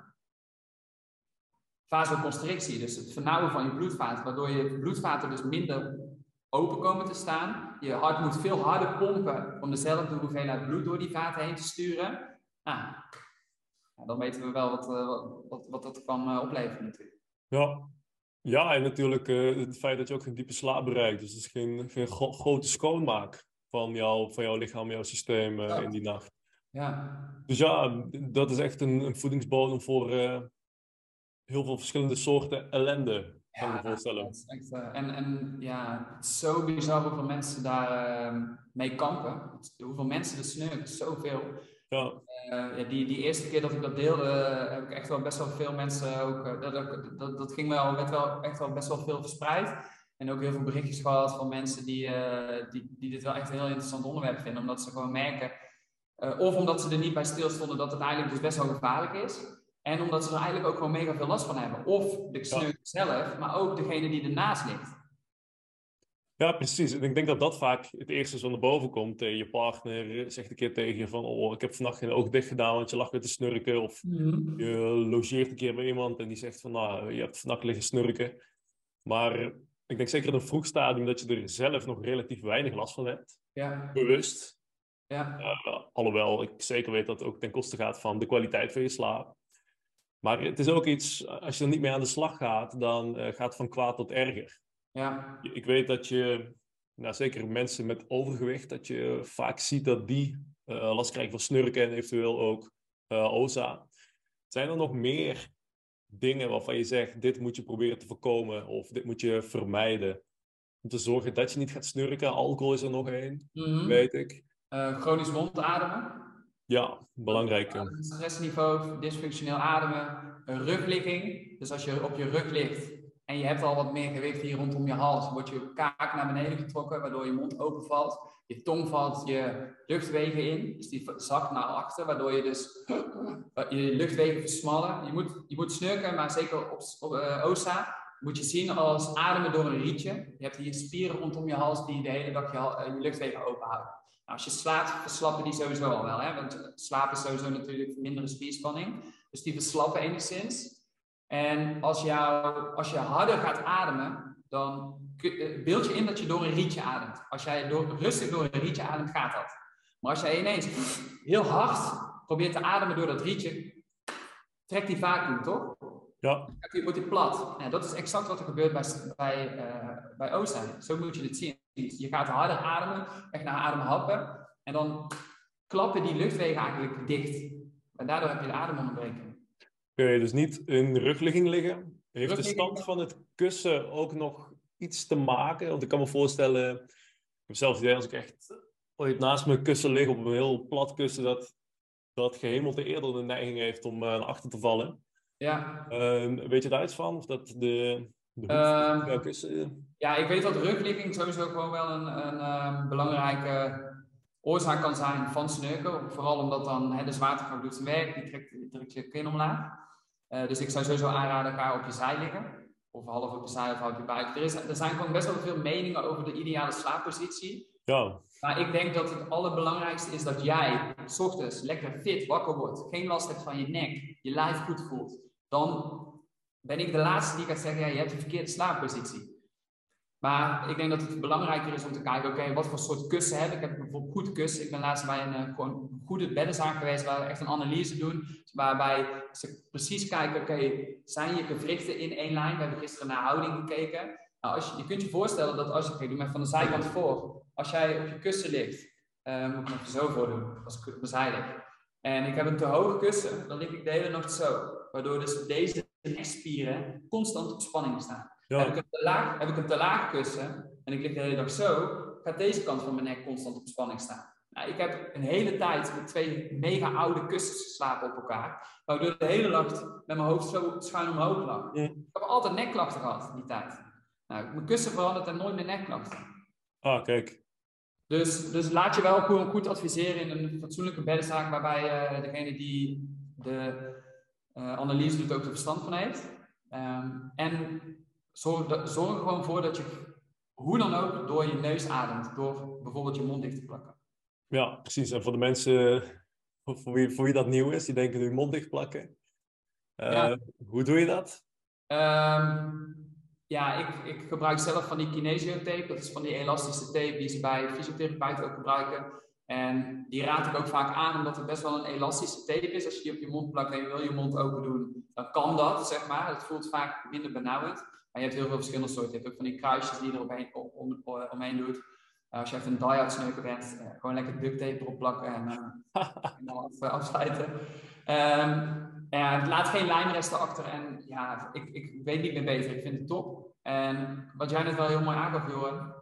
Vasoconstrictie, dus het vernauwen van je bloedvaten, waardoor je bloedvaten dus minder open komen te staan. Je hart moet veel harder pompen om dezelfde hoeveelheid bloed door die vaten heen te sturen. Dan weten we wel wat dat kan opleveren natuurlijk. Ja, en natuurlijk het feit dat je ook geen diepe slaap bereikt. Dus het is geen grote schoonmaak van jouw lichaam, jouw systeem in die nacht. Ja. Dus ja, dat is echt een voedingsbodem voor heel veel verschillende soorten ellende, kan ik me voorstellen. Dat is echt, het is zo bizar hoeveel mensen daar mee kampen. Hoeveel mensen er snurken, zoveel. Ja. Die eerste keer dat ik dat deelde, heb ik echt wel best wel veel mensen ook. Dat werd wel echt wel best wel veel verspreid. En ook heel veel berichtjes gehad van mensen die dit wel echt een heel interessant onderwerp vinden. Omdat ze gewoon merken, of omdat ze er niet bij stilstonden dat het eigenlijk dus best wel gevaarlijk is. En omdat ze er eigenlijk ook gewoon mega veel last van hebben. Of de snurker zelf, maar ook degene die ernaast ligt. Ja, precies. En ik denk dat dat vaak het eerste is wat naar boven komt. Je partner zegt een keer tegen je van, oh, ik heb vannacht geen oog dicht gedaan, want je lag weer te snurken. Of je logeert een keer bij iemand en die zegt van, nou, je hebt vannacht liggen snurken. Maar ik denk zeker in een vroeg stadium dat je er zelf nog relatief weinig last van hebt. Ja. Bewust. Ja. Alhoewel ik zeker weet dat het ook ten koste gaat van de kwaliteit van je slaap. Maar het is ook iets, als je er niet mee aan de slag gaat, dan gaat het van kwaad tot erger. Ja. Ik weet dat je, zeker mensen met overgewicht, dat je vaak ziet dat die last krijgen van snurken en eventueel ook OSA. Zijn er nog meer dingen waarvan je zegt, dit moet je proberen te voorkomen of dit moet je vermijden? Om te zorgen dat je niet gaat snurken. Alcohol is er nog één, weet ik. Chronisch mondademen. Ja, belangrijk. Stressniveau, dysfunctioneel ademen, rugligging. Dus als je op je rug ligt en je hebt al wat meer gewicht hier rondom je hals, wordt je kaak naar beneden getrokken, waardoor je mond open valt. Je tong valt je luchtwegen in, dus die zakt naar achter, waardoor je dus je luchtwegen versmallen. Je moet snurken, maar zeker op OSA moet je zien als ademen door een rietje. Je hebt hier spieren rondom je hals die de hele dag je luchtwegen open houden. Nou, als je slaapt, verslappen die sowieso al wel. Hè? Want slaap is sowieso natuurlijk mindere spierspanning. Dus die verslappen enigszins. En als je harder gaat ademen, dan beeld je in dat je door een rietje ademt. Als jij rustig door een rietje ademt, gaat dat. Maar als jij ineens heel hard probeert te ademen door dat rietje, trekt die vacuüm, toch? Ja. Dan wordt die plat. En dat is exact wat er gebeurt bij OSA. Zo moet je het zien. Je gaat harder ademen, echt naar adem happen. En dan klappen die luchtwegen eigenlijk dicht. En daardoor heb je de ademonderbreking. Oké, dus niet in rugligging liggen. Heeft de stand van het kussen ook nog iets te maken? Want ik kan me voorstellen, ik heb zelf het idee als ik echt ooit naast mijn kussen lig op een heel plat kussen, dat gehemelte eerder de neiging heeft om naar achter te vallen. Ja. Weet je daar iets van? Of dat de kussen... Ja, ik weet dat rugligging sowieso gewoon wel een belangrijke oorzaak kan zijn van snurken. Vooral omdat dan de zwaartekracht doet zijn werk, die drukt je kin omlaag. Dus ik zou sowieso aanraden, ga op je zij liggen. Of half op je zij of op je buik. Er zijn gewoon best wel veel meningen over de ideale slaappositie. Ja. Maar ik denk dat het allerbelangrijkste is dat jij 's ochtends lekker fit wakker wordt. Geen last hebt van je nek, je lijf goed voelt. dan ben ik de laatste die gaat zeggen, ja, je hebt een verkeerde slaappositie. Maar ik denk dat het belangrijker is om te kijken, oké, wat voor soort kussen heb ik? Ik heb bijvoorbeeld goed kussen. Ik ben laatst bij een gewoon goede beddenzaak geweest, waar we echt een analyse doen. Waarbij ze precies kijken, oké, zijn je gewrichten in één lijn? We hebben gisteren naar houding gekeken. Nou, je kunt je voorstellen dat als je, ik doe maar van de zijkant voor. Als jij op je kussen ligt, moet ik het zo voordoen, als ik op mijn zij lig. En ik heb een te hoog kussen, dan lig ik de hele nacht zo. Waardoor dus deze nekspieren constant op spanning staan. Ja. Heb ik een te laag kussen en ik lig de hele dag zo, gaat deze kant van mijn nek constant op spanning staan. Nou, ik heb een hele tijd met 2 mega oude kussens geslapen op elkaar, waardoor ik de hele nacht met mijn hoofd zo schuin omhoog lag. Ja. Ik heb altijd nekklachten gehad die tijd. Nou, mijn kussen veranderd en nooit meer nekklachten. Ah, kijk. Dus laat je wel gewoon goed adviseren in een fatsoenlijke beddenzaak, waarbij degene die de analyse doet ook er verstand van heeft. En zorg er gewoon voor dat je, hoe dan ook, door je neus ademt. Door bijvoorbeeld je mond dicht te plakken. Ja, precies. En voor de mensen voor wie dat nieuw is, die denken nu mond dicht plakken. Ja. Hoe doe je dat? Ja, ik gebruik zelf van die kinesiotape. Dat is van die elastische tape die ze bij fysiotherapeuten ook gebruiken. En die raad ik ook vaak aan, omdat het best wel een elastische tape is. Als je die op je mond plakt en je wil je mond open doen, dan kan dat, zeg maar. Het voelt vaak minder benauwend. Maar je hebt heel veel verschillende soorten. Je hebt ook van die kruisjes die je er omheen doet. Als je even een die-hard-sneuker bent, gewoon lekker duct tape erop plakken en dan afsluiten. Ja, het laat geen lijnresten achter en ja, ik weet niet meer beter. Ik vind het top. En wat jij net wel heel mooi aangaf, Johan.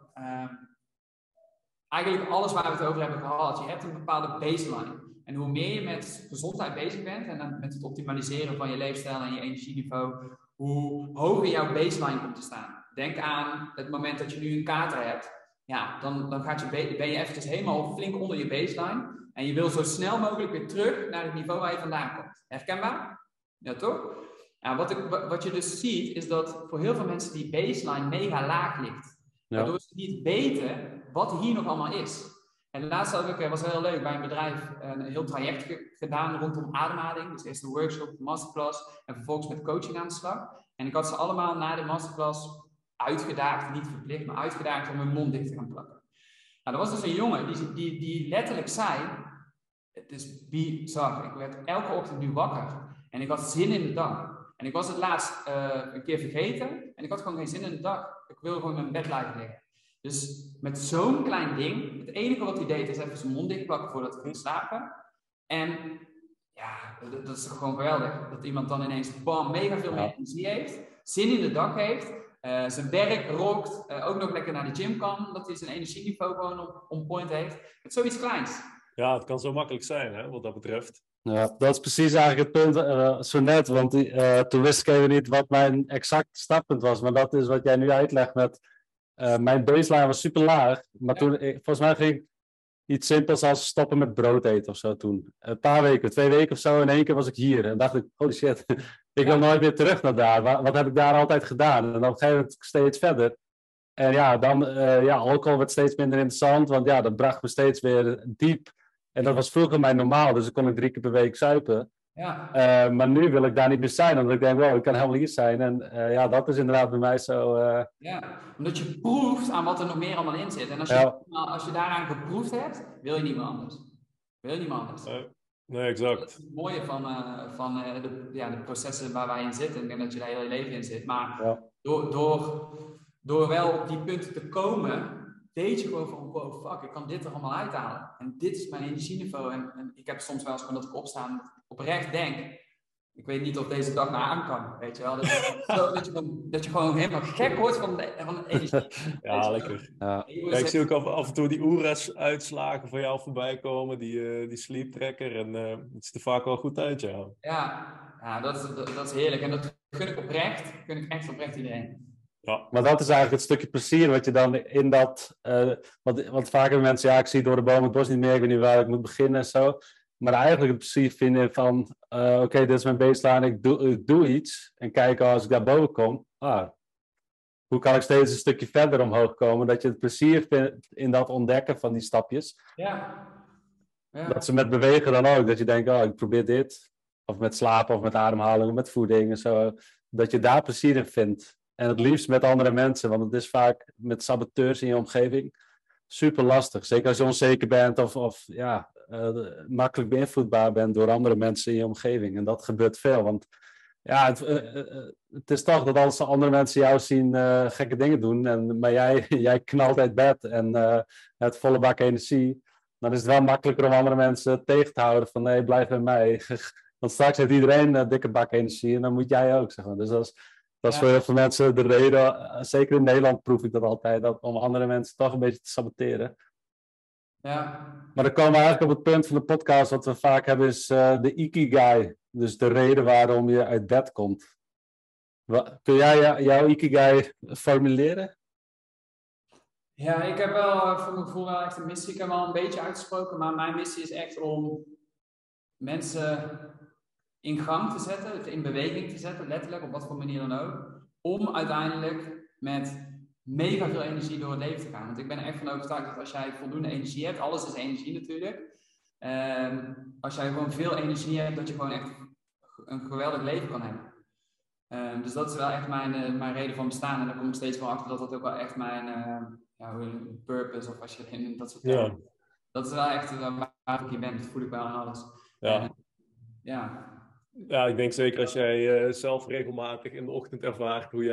Eigenlijk alles waar we het over hebben gehad. Je hebt een bepaalde baseline. En hoe meer je met gezondheid bezig bent en dan met het optimaliseren van je leefstijl en je energieniveau, hoe hoger jouw baseline komt te staan. Denk aan het moment dat je nu een kater hebt. Ja, dan ben je eventjes helemaal flink onder je baseline. En je wil zo snel mogelijk weer terug naar het niveau waar je vandaan komt. Herkenbaar? Ja, toch? Ja, wat je dus ziet, is dat voor heel veel mensen die baseline mega laag ligt. Ja. Waardoor ze niet weten wat hier nog allemaal is. En laatst was heel leuk, bij een bedrijf een heel traject gedaan rondom ademhaling. Dus eerst een workshop, een masterclass en vervolgens met coaching aan de slag. En ik had ze allemaal na de masterclass uitgedaagd, niet verplicht, maar uitgedaagd om hun mond dicht te gaan plakken. Nou, er was dus een jongen die letterlijk zei, het is bizar, ik werd elke ochtend nu wakker en ik had zin in de dag. En ik was het laatst een keer vergeten en ik had gewoon geen zin in de dag. Ik wilde gewoon in mijn bed blijven liggen. Dus met zo'n klein ding, het enige wat hij deed is even zijn mond dicht plakken voordat hij ging slapen. En ja, dat is gewoon geweldig. Dat iemand dan ineens bam, mega veel meer energie heeft, zin in de dag heeft. Zijn werk rockt, ook nog lekker naar de gym kan, omdat hij zijn energieniveau gewoon on point heeft. Met zoiets kleins. Ja, het kan zo makkelijk zijn, hè, wat dat betreft. Ja, dat is precies eigenlijk het punt zo net, want toen wist ik even niet wat mijn exact startpunt was, maar dat is wat jij nu uitlegt met, mijn baseline was super laag, maar toen, volgens mij ging ik iets simpels als stoppen met brood eten of zo toen. Een paar weken, 2 weken of zo, in 1 keer was ik hier en dacht ik, holy shit, ik wil nooit meer terug naar daar. Wat heb ik daar altijd gedaan? En op een gegeven moment steeds verder. En ja, dan, alcohol werd steeds minder interessant, want ja, dat bracht me steeds weer diep. En dat was vroeger mij normaal, dus dan kon ik 3 keer per week zuipen. Ja. Maar nu wil ik daar niet meer zijn, omdat ik denk, wow, ik kan helemaal hier zijn. En dat is inderdaad bij mij zo... Ja, omdat je proeft aan wat er nog meer allemaal in zit. En als je daaraan geproefd hebt, wil je niet meer anders. Nee, exact. Dat is het mooie van de processen waar wij in zitten. Ik denk dat je daar heel je leven in zit. Maar door wel op die punten te komen, weet je gewoon van, wow, fuck, ik kan dit er allemaal uithalen. En dit is mijn energieniveau. En ik heb soms wel eens gewoon dat ik opstaan oprecht denk, ik weet niet of deze dag nou aan kan, weet je wel. Dat je gewoon helemaal gek wordt van de energie. Ja, lekker. Ja. Ja, ik zie ook af en toe die Oeras-uitslagen van jou voorbij komen, die sleep tracker. En het ziet er vaak wel goed uit, ja. Ja, dat is heerlijk. En dat gun ik echt oprecht iedereen. Ja. Maar dat is eigenlijk het stukje plezier wat je dan in dat... want vaak hebben mensen, ik zie door de boom het bos niet meer, ik weet niet waar ik moet beginnen en zo. Maar eigenlijk het plezier vinden van, oké, dit is mijn baseline, ik doe iets. En kijken als ik daar boven kom, hoe kan ik steeds een stukje verder omhoog komen? Dat je het plezier vindt in dat ontdekken van die stapjes. Ja. Dat ze met bewegen dan ook, dat je denkt, ik probeer dit. Of met slapen, of met ademhaling, of met voeding en zo. Dat je daar plezier in vindt. En het liefst met andere mensen, want het is vaak met saboteurs in je omgeving super lastig. Zeker als je onzeker bent of makkelijk beïnvloedbaar bent door andere mensen in je omgeving. En dat gebeurt veel, want ja, het is toch dat als andere mensen jou zien gekke dingen doen, maar jij knalt uit bed en het volle bak energie, dan is het wel makkelijker om andere mensen tegen te houden van nee, blijf bij mij. Want straks heeft iedereen een dikke bak energie en dan moet jij ook, zeg maar. Dus dat is voor heel veel mensen de reden, zeker in Nederland proef ik dat altijd, om andere mensen toch een beetje te saboteren. Ja. Maar dan komen we eigenlijk op het punt van de podcast, wat we vaak hebben, is de Ikigai. Dus de reden waarom je uit bed komt. Kun jij jouw Ikigai formuleren? Ja, ik heb wel voor mijn gevoel wel echt een missie. Ik heb wel een beetje uitgesproken, maar mijn missie is echt om mensen in gang te zetten, in beweging te zetten, letterlijk, op wat voor manier dan ook. Om uiteindelijk met mega veel energie door het leven te gaan. Want ik ben er echt van overtuigd dat als jij voldoende energie hebt, alles is energie natuurlijk. Als jij gewoon veel energie hebt, dat je gewoon echt een geweldig leven kan hebben. Dus dat is wel echt mijn reden van bestaan. En daar kom ik steeds wel achter dat dat ook wel echt mijn purpose, of als je in dat soort termen. Ja. Dat is wel echt waar ik hier ben. Dat voel ik wel aan alles. Ja. Ja, ik denk zeker als jij zelf regelmatig in de ochtend ervaart hoe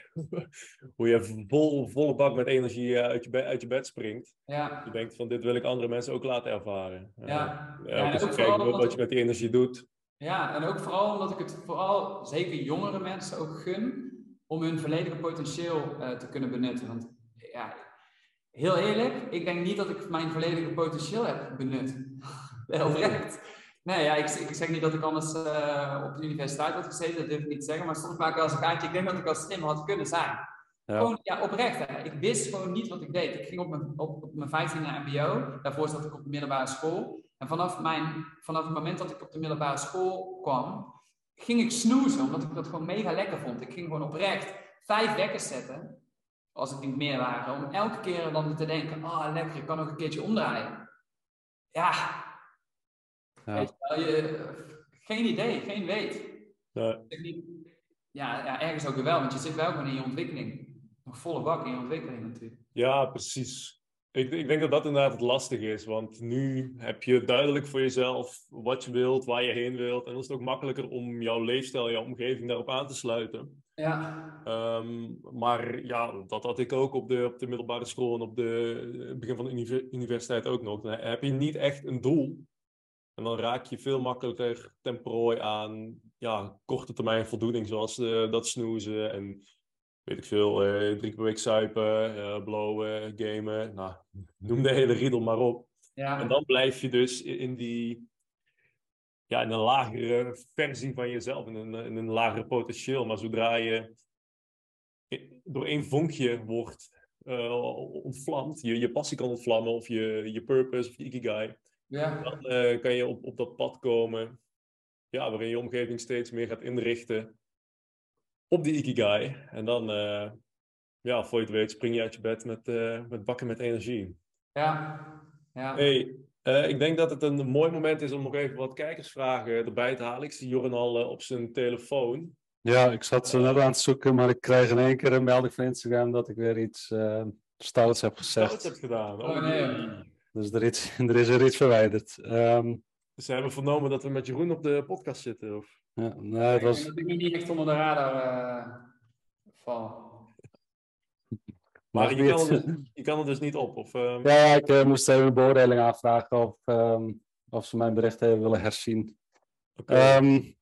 je volle bak met energie uit je bed springt. Ja. Je denkt van dit wil ik andere mensen ook laten ervaren. En ook kijken wat je met die energie doet. Ja, en ook vooral omdat ik het vooral zeker jongere mensen ook gun om hun volledige potentieel te kunnen benutten. Want ja, heel eerlijk, ik denk niet dat ik mijn volledige potentieel heb benut. Oprecht. Nee, ja, ik zeg niet dat ik anders op de universiteit had gezeten, dat durf ik niet te zeggen, maar soms maak ik wel eens een gaatje. Ik denk dat ik wel slim had kunnen zijn. Ja. Gewoon, ja, oprecht. Hè. Ik wist gewoon niet wat ik deed. Ik ging op mijn 15e naar MBO, daarvoor zat ik op de middelbare school. En vanaf het moment dat ik op de middelbare school kwam, ging ik snoezen, omdat ik dat gewoon mega lekker vond. Ik ging gewoon oprecht 5 wekkers zetten, als het niet meer waren, om elke keer dan te denken, lekker, ik kan nog een keertje omdraaien. Ja. Weet je wel, geen idee, geen weet. Ja, ergens ook wel, want je zit wel gewoon in je ontwikkeling. Nog volle bak in je ontwikkeling natuurlijk. Ja, precies. Ik denk dat dat inderdaad het lastige is, want nu heb je duidelijk voor jezelf wat je wilt, waar je heen wilt. En dan is het ook makkelijker om jouw leefstijl, jouw omgeving daarop aan te sluiten. Ja. Maar ja, dat had ik ook op de middelbare school en op het begin van de universiteit ook nog. Dan heb je niet echt een doel. En dan raak je veel makkelijker ten prooi aan korte termijn voldoening, zoals dat snoezen en weet ik veel, 3 keer per week suipen, blowen, gamen. Nou, noem de hele riedel maar op. Ja. En dan blijf je dus in een lagere versie van jezelf, in een lagere potentieel. Maar zodra je door één vonkje wordt ontvlamd, je passie kan ontvlammen, of je purpose, of je ikigai, dan kan je op dat pad komen, waarin je omgeving steeds meer gaat inrichten op die ikigai. En dan, voor je het weet, spring je uit je bed met bakken met energie. Ja. Hey, ik denk dat het een mooi moment is om nog even wat kijkersvragen erbij te halen. Ik zie Joran al op zijn telefoon. Ja, ik zat ze net aan het zoeken, maar ik kreeg in één keer een melding van Instagram dat ik weer iets stouts heb gezegd. Stouts heb gedaan? Oh nee. Dus er is er iets verwijderd. Dus ze hebben vernomen dat we met Jeroen op de podcast zitten? Of? Ja, nee, het was... Ik denk dat ik niet echt onder de radar val. Maar je kan er dus niet op? Of, Ja, ik moest even een beoordeling aanvragen of ze mijn bericht even willen herzien. Okay.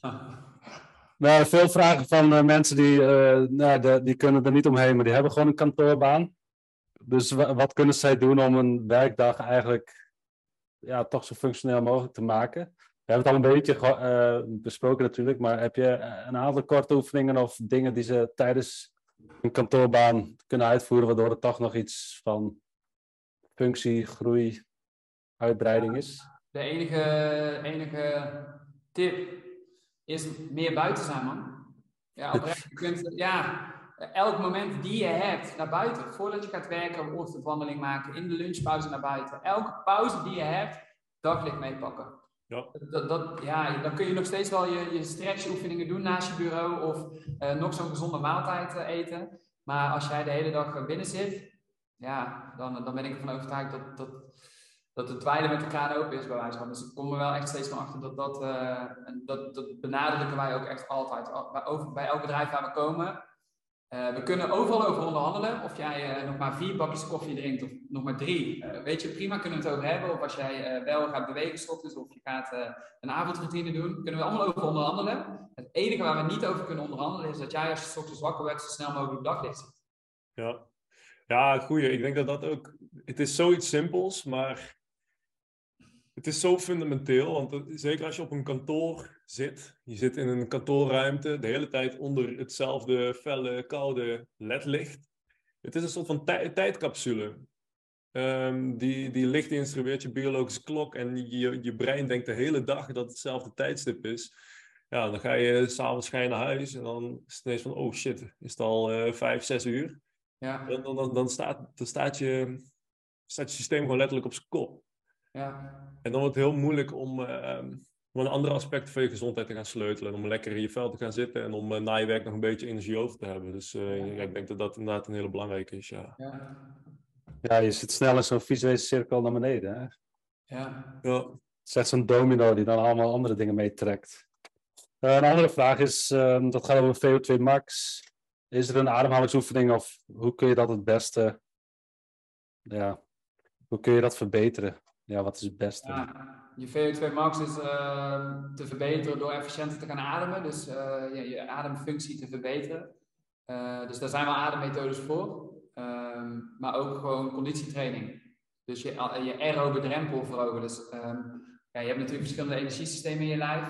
Veel vragen van mensen die kunnen er niet omheen, maar die hebben gewoon een kantoorbaan. Dus wat kunnen zij doen om een werkdag eigenlijk toch zo functioneel mogelijk te maken? We hebben het al een beetje besproken natuurlijk, maar heb je een aantal korte oefeningen of dingen die ze tijdens een kantoorbaan kunnen uitvoeren, waardoor het toch nog iets van functie, groei, uitbreiding is? De enige tip is meer buiten zijn, man. Ja, oprecht. Je kunt, elk moment die je hebt naar buiten, voordat je gaat werken, een ochtendwandeling maken, in de lunchpauze naar buiten. Elke pauze die je hebt, daglicht meepakken. Ja. Dan kun je nog steeds wel je stretchoefeningen doen naast je bureau of nog zo'n gezonde maaltijd eten. Maar als jij de hele dag binnen zit, ja, dan ben ik ervan overtuigd dat het dweilen met de kraan open is bij wijze van. Dus ik kom er wel echt steeds van achter dat benadrukken wij ook echt altijd. Bij elk bedrijf waar we komen. We kunnen overal over onderhandelen. Of jij nog maar 4 bakjes koffie drinkt of nog maar 3. Weet je, prima kunnen we het over hebben. Of als jij wel gaat bewegen 's ochtends of je gaat een avondroutine doen. Kunnen we allemaal over onderhandelen. Het enige waar we niet over kunnen onderhandelen is dat jij als je 's ochtends wakker werd zo snel mogelijk op daglicht ziet. Ja. Ja, goeie. Ik denk dat ook... Het is zoiets simpels, maar... Het is zo fundamenteel, want zeker als je op een kantoor zit, je zit in een kantoorruimte, de hele tijd onder hetzelfde felle, koude ledlicht. Het is een soort van tijdcapsule. Die licht instrueert je biologische klok en je brein denkt de hele dag dat het hetzelfde tijdstip is. Ja, dan ga je s'avonds naar huis en dan is het ineens van, oh shit, is het al 5, 6 uur? Ja. Dan staat je systeem gewoon letterlijk op zijn kop. Ja. En dan wordt het heel moeilijk om een andere aspecten van je gezondheid te gaan sleutelen. Om lekker in je vel te gaan zitten en om na je werk nog een beetje energie over te hebben. Dus ik denk dat dat inderdaad een hele belangrijke is. Ja, Ja, je zit snel in zo'n visuele cirkel naar beneden. Hè? Ja. ja. Het is echt zo'n domino die dan allemaal andere dingen meetrekt. Een andere vraag is, dat gaat over VO2 max. Is er een ademhalingsoefening of hoe kun je dat het beste, ja, hoe kun je dat verbeteren? Ja, wat is het beste? Ja, je VO2 max is te verbeteren door efficiënter te gaan ademen, dus je ademfunctie te verbeteren. Dus daar zijn wel ademmethodes voor, maar ook gewoon conditietraining. Dus je aerobe drempel verhogen. Dus je hebt natuurlijk verschillende energiesystemen in je lijf.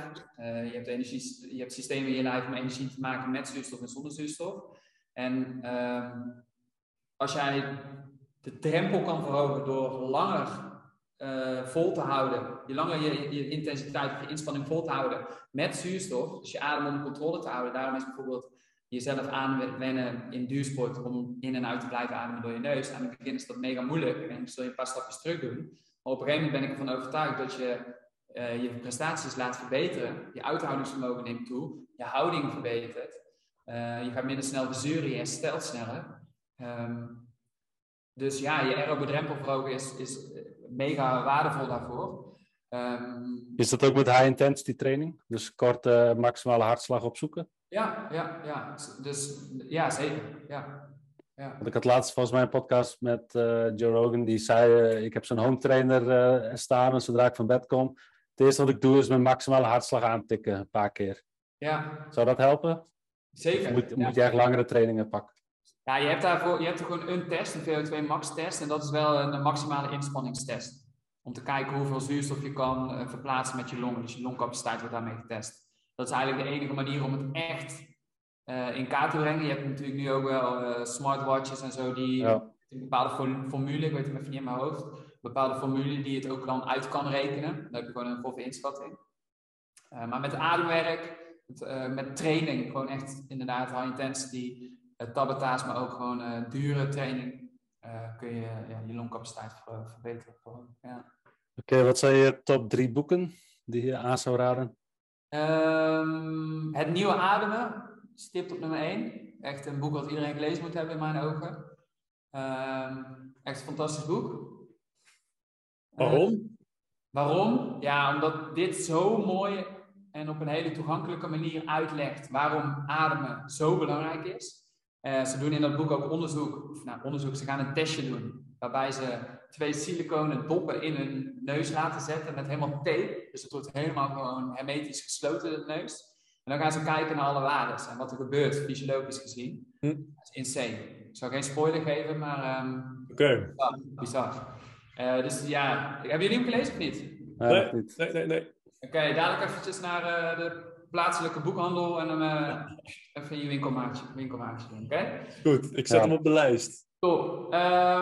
Je hebt systemen in je lijf om energie te maken met zuurstof en zonder zuurstof. En als jij de drempel kan verhogen door langer vol te houden, je intensiteit of je inspanning vol te houden met zuurstof, dus je adem onder controle te houden. Daarom is bijvoorbeeld jezelf aanwennen in duursport om in en uit te blijven ademen door je neus. Aan het begin is dat mega moeilijk en dan zul je een paar stapjes terug doen. Maar op een gegeven moment ben ik ervan overtuigd dat je je prestaties laat verbeteren, je uithoudingsvermogen neemt toe, je houding verbetert, je gaat minder snel verzuren, je herstelt sneller. Dus ja, je aerobe drempel verhogen is mega waardevol daarvoor. Is dat ook met high intensity training? Dus korte maximale hartslag opzoeken? Ja. Dus ja, zeker. Ja. Want ik had laatst volgens mij een podcast met Joe Rogan. Die zei, ik heb zo'n home trainer staan en zodra ik van bed kom. Het eerste wat ik doe is mijn maximale hartslag aantikken een paar keer. Ja. Zou dat helpen? Zeker. Of moet je echt langere trainingen pakken? Ja, je hebt er gewoon een test, een VO2 max test. En dat is wel een maximale inspanningstest. Om te kijken hoeveel zuurstof je kan verplaatsen met je longen. Dus je longcapaciteit wordt daarmee getest. Dat is eigenlijk de enige manier om het echt in kaart te brengen. Je hebt natuurlijk nu ook wel smartwatches en zo die een bepaalde formule, ik weet het even niet in mijn hoofd, een bepaalde formule die het ook dan uit kan rekenen. Dan heb je gewoon een grove inschatting. Maar met ademwerk, met training, gewoon echt inderdaad high intensity, tabata's, maar ook gewoon dure training, kun je je longcapaciteit verbeteren. Ja. Oké, wat zijn je top 3 boeken die je aan zou raden? Het Nieuwe Ademen, stipt op nummer 1. Echt een boek wat iedereen gelezen moet hebben in mijn ogen. Echt een fantastisch boek. Waarom? Waarom? Ja, omdat dit zo mooi en op een hele toegankelijke manier uitlegt waarom ademen zo belangrijk is. Ze doen in dat boek ook onderzoek. Ze gaan een testje doen waarbij ze 2 siliconen doppen in hun neus laten zetten met helemaal tape. Dus het wordt helemaal gewoon hermetisch gesloten, de neus. En dan gaan ze kijken naar alle waarden en wat er gebeurt, fysiologisch gezien. Dat is insane. Ik zal geen spoiler geven, maar bizar. Dus ja, hebben jullie hem gelezen of niet? Nee. Oké, dadelijk eventjes naar de plaatselijke boekhandel en dan even in je winkelmaatje doen, oké? Goed, ik zet hem op de lijst. Top.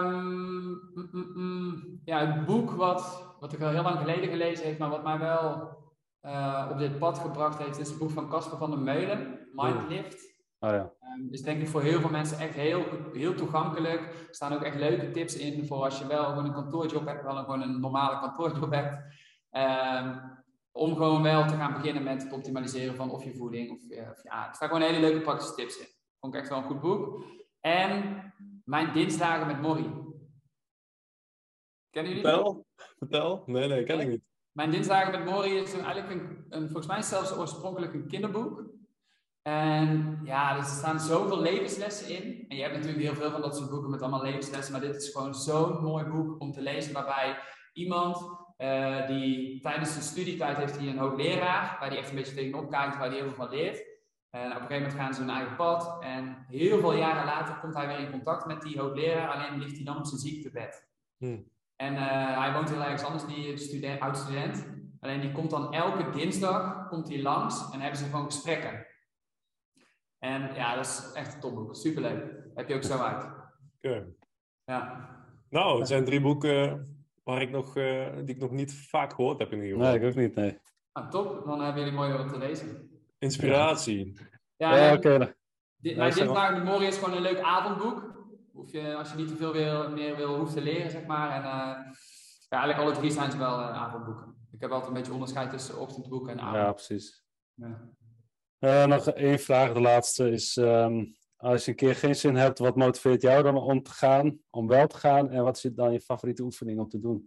Ja, het boek wat ik al heel lang geleden gelezen heb, maar wat mij wel op dit pad gebracht heeft, is het boek van Casper van der Meulen, Mindlift. Oh ja. Is denk ik voor heel veel mensen echt heel toegankelijk. Er staan ook echt leuke tips in voor als je wel gewoon een kantoorjob hebt, wel gewoon een normale kantoorjob hebt. Om gewoon wel te gaan beginnen met het optimaliseren van of je voeding of je er staan gewoon hele leuke praktische tips in. Vond ik echt wel een goed boek. En Mijn Dinsdagen met Morrie. Kennen jullie die? Vertel. Nee, ken ik niet. Mijn Dinsdagen met Morrie is eigenlijk volgens mij zelfs oorspronkelijk een kinderboek. En ja, er staan zoveel levenslessen in. En je hebt natuurlijk heel veel van dat soort boeken met allemaal levenslessen. Maar dit is gewoon zo'n mooi boek om te lezen. Waarbij iemand die tijdens zijn studietijd heeft hij een hoogleraar. Waar hij echt een beetje tegenop kijkt, waar hij heel veel van leert. En op een gegeven moment gaan ze hun eigen pad. En heel veel jaren later komt hij weer in contact met die hoogleraar. Alleen ligt hij dan op zijn ziektebed. En hij woont heel ergens anders, die oud-student. Alleen die komt dan elke dinsdag komt hij langs en hebben ze gewoon gesprekken. En ja, dat is echt een topboek. Superleuk. Heb je ook zo uit. Oké. Ja. Nou, het zijn 3 boeken die ik nog niet vaak gehoord heb in ieder geval. Nee, ik ook niet, nee. Nou, top. Dan hebben jullie mooi wat te lezen. Inspiratie. Ja, oké. Mijn Dinsdagen met Morrie is gewoon een leuk avondboek. Als je niet te veel meer hoeft te leren, zeg maar. En eigenlijk alle 3 zijn ze wel avondboeken. Ik heb altijd een beetje onderscheid tussen ochtendboeken en avond. Ja, precies. Ja. Nog 1 vraag, de laatste is... als je een keer geen zin hebt, wat motiveert jou dan om te gaan? Om wel te gaan? En wat is dan je favoriete oefening om te doen?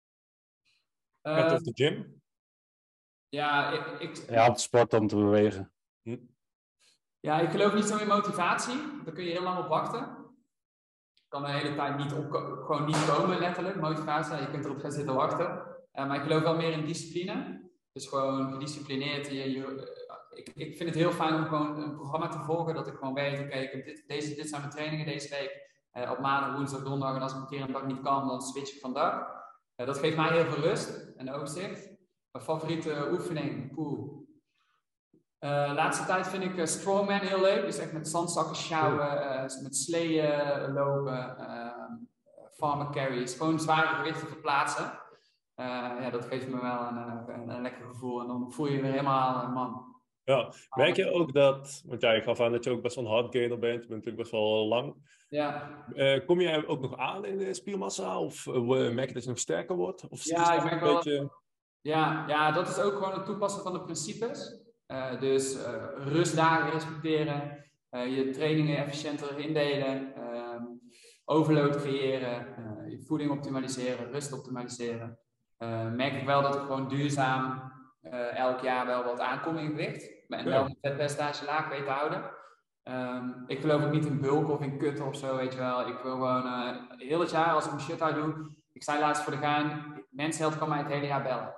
Of de gym? Ja, Ja, op de sport om te bewegen. Ja, ik geloof niet zo in motivatie. Daar kun je heel lang op wachten. Kan de hele tijd gewoon niet komen, letterlijk, motivatie. Je kunt erop gaan zitten wachten. Maar ik geloof wel meer in discipline. Dus gewoon gedisciplineerd. Ik vind het heel fijn om gewoon een programma te volgen. Dat ik gewoon weet, oké, dit zijn mijn trainingen deze week. Op maandag, woensdag, donderdag. En als ik een keer een dag niet kan, dan switch ik van dag. Dat geeft mij heel veel rust en overzicht. Mijn favoriete oefening, laatste tijd vind ik strongman heel leuk. Dus echt met zandzakken sjouwen, met sleeën lopen, farmer carries. Gewoon zware gewichten verplaatsen. Dat geeft me wel een lekker gevoel. En dan voel je je weer helemaal man. Ja, merk je ook dat... Want ja, je gaf aan dat je ook best wel een hardgainer bent. Je bent natuurlijk best wel lang. Ja. Kom je ook nog aan in de spiermassa? Of merk je dat je nog sterker wordt? Of Ja, ik merk wel... beetje... Ja, dat is ook gewoon het toepassen van de principes. Dus rustdagen respecteren, je trainingen efficiënter indelen, overload creëren, je voeding optimaliseren, rust optimaliseren. Merk ik wel dat ik gewoon duurzaam elk jaar wel wat aankom in gewicht. En wel mijn vetpercentage laag weet te houden. Ik geloof ook niet in bulk of in kutten of zo, weet je wel. Ik wil gewoon heel het jaar, als ik mijn shit uit doe, ik zei laatst voor de gein, Mensheld kan mij het hele jaar bellen.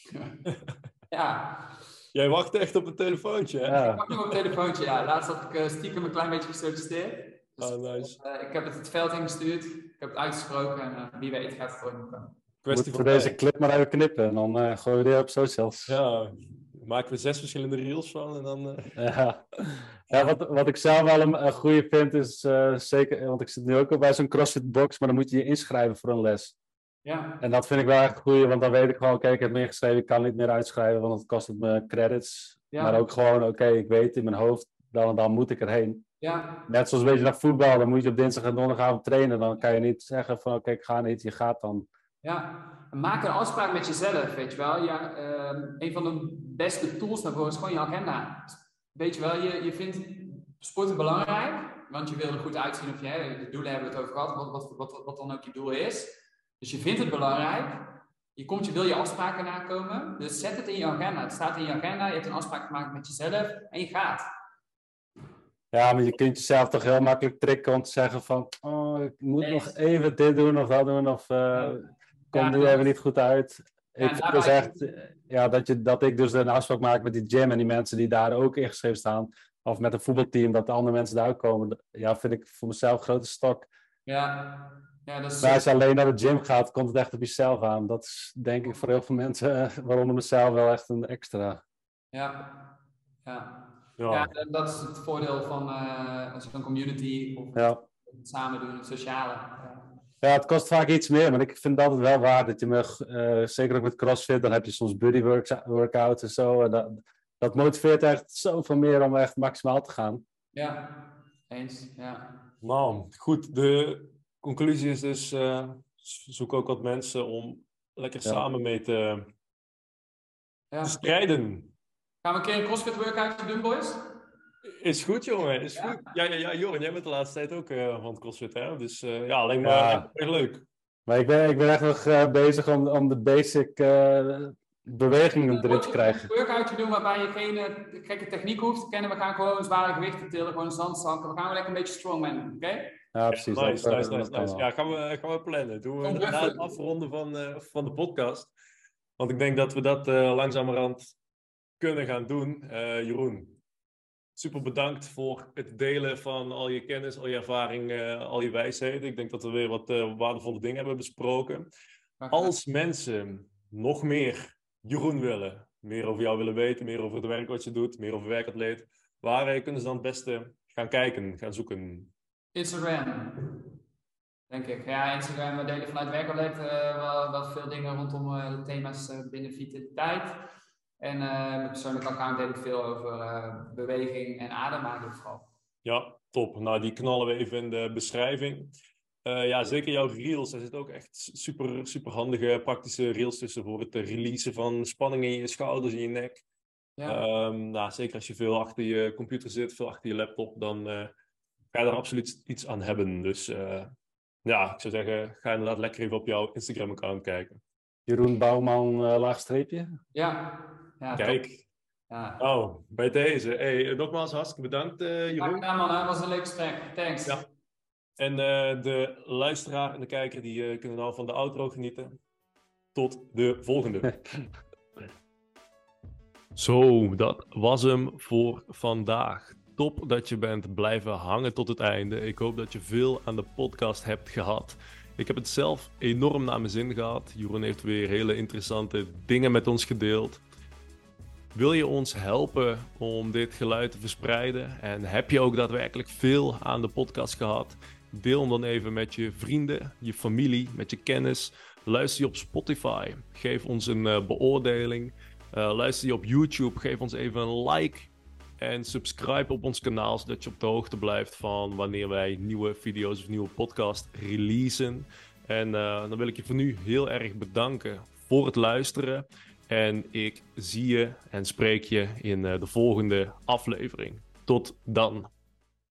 Ja. Jij wacht echt op een telefoontje, hè? Ja. Ik wacht nog op een telefoontje, ja. Laatst had ik stiekem een klein beetje gesolliciteerd. Dus, nice. ik heb het veld ingestuurd, ik heb het uitgesproken en wie weet gaat het ooit nog komen. Kwestie voor deze clip maar even knippen en dan gooien we die op socials. Ja, maken we 6 verschillende reels van en dan... Ja, wat ik zelf wel een goede vind is zeker, want ik zit nu ook bij zo'n CrossFit box, maar dan moet je je inschrijven voor een les. Ja. En dat vind ik wel echt een goeie, want dan weet ik gewoon, oké, ik heb me ingeschreven, ik kan niet meer uitschrijven, want het kost het me credits. Ja. Maar ook gewoon, oké, ik weet in mijn hoofd, dan en dan moet ik erheen. Ja. Net zoals een beetje naar voetbal, dan moet je op dinsdag en donderdagavond trainen, dan kan je niet zeggen van, oké, ik ga niet, je gaat dan. Ja, maak een afspraak met jezelf, weet je wel. Ja, een van de beste tools daarvoor is gewoon je agenda. Weet je wel, je vindt sporten belangrijk, want je wil er goed uitzien of de doelen hebben we het over gehad, wat dan ook je doel is. Dus je vindt het belangrijk, wil je afspraken nakomen, dus zet het in je agenda. Het staat in je agenda, je hebt een afspraak gemaakt met jezelf en je gaat. Ja, maar je kunt jezelf toch heel makkelijk tricken om te zeggen van, oh, ik moet nog even dit doen of dat doen, of komt nu even niet goed uit. Ik vind dus echt, dat ik dus een afspraak maak met die gym en die mensen die daar ook ingeschreven staan, of met een voetbalteam, dat de andere mensen daar ook komen, ja, vind ik voor mezelf een grote stok. Ja, dat is... Maar als je alleen naar de gym gaat, komt het echt op jezelf aan. Dat is denk ik voor heel veel mensen, waaronder mezelf, wel echt een extra. Ja. Ja, dat is het voordeel van zo'n community, of het samen doen, het sociale. Ja, het kost vaak iets meer, maar ik vind het altijd wel waard dat je me, zeker ook met CrossFit, dan heb je soms buddy workouts en zo. En dat motiveert echt zoveel meer om echt maximaal te gaan. Ja, eens, ja. Nou, goed. De conclusie is dus, zoek ook wat mensen om lekker samen mee te Ja. te strijden. Gaan we een keer een CrossFit workout doen, boys? Is goed, jongen. Is Ja? goed. Ja, Joren, jij bent de laatste tijd ook van het CrossFit, hè? Dus alleen maar Ja. echt leuk. Maar ik ben echt nog bezig om de basic bewegingen erin te krijgen. Een workoutje doen waarbij je geen gekke techniek hoeft te kennen. We gaan gewoon zware gewichten tillen, gewoon zandzakken. We gaan lekker een beetje strongman doen, oké? Ja, precies. Nice. Dat kan wel. Ja, gaan we plannen. Doen we na het afronden van de podcast. Want ik denk dat we dat langzamerhand kunnen gaan doen. Jeroen, super bedankt voor het delen van al je kennis, al je ervaring, al je wijsheden. Ik denk dat we weer wat waardevolle dingen hebben besproken. Als mensen nog meer Jeroen willen, meer over jou willen weten, meer over het werk wat je doet, meer over werkatleet, waar kunnen ze dan het beste gaan kijken, gaan zoeken? Instagram, denk ik. Ja, Instagram, we delen vanuit werkatleet wel veel dingen rondom de thema's binnen vitaliteit. En mijn persoonlijke account deel ik veel over beweging en ademhaling vooral. Ja, top. Nou, die knallen we even in de beschrijving. Ja, zeker jouw reels. Daar zitten ook echt super, super handige, praktische reels tussen voor het releasen van spanning in je schouders, in je nek. Ja. Nou, zeker als je veel achter je computer zit, veel achter je laptop, dan ga je daar absoluut iets aan hebben. Dus ja, ik zou zeggen, ga inderdaad lekker even op jouw Instagram-account kijken. Jeroen Bouwman, laagstreepje. Ja. Kijk. Top. Ja. Nou, bij deze. Hey, nogmaals hartstikke bedankt, Jeroen. Graag gedaan, man. Dat was een leuke gesprek. Thanks. Ja. En de luisteraar en de kijker die kunnen nou van de outro genieten. Tot de volgende. Zo, dat was hem voor vandaag. Top dat je bent blijven hangen tot het einde. Ik hoop dat je veel aan de podcast hebt gehad. Ik heb het zelf enorm naar mijn zin gehad. Jeroen heeft weer hele interessante dingen met ons gedeeld. Wil je ons helpen om dit geluid te verspreiden? En heb je ook daadwerkelijk veel aan de podcast gehad? Deel hem dan even met je vrienden, je familie, met je kennis. Luister je op Spotify, geef ons een beoordeling. Luister je op YouTube, geef ons even een like. En subscribe op ons kanaal, zodat je op de hoogte blijft van wanneer wij nieuwe video's of nieuwe podcast releasen. En dan wil ik je voor nu heel erg bedanken voor het luisteren. En ik zie je en spreek je in de volgende aflevering. Tot dan.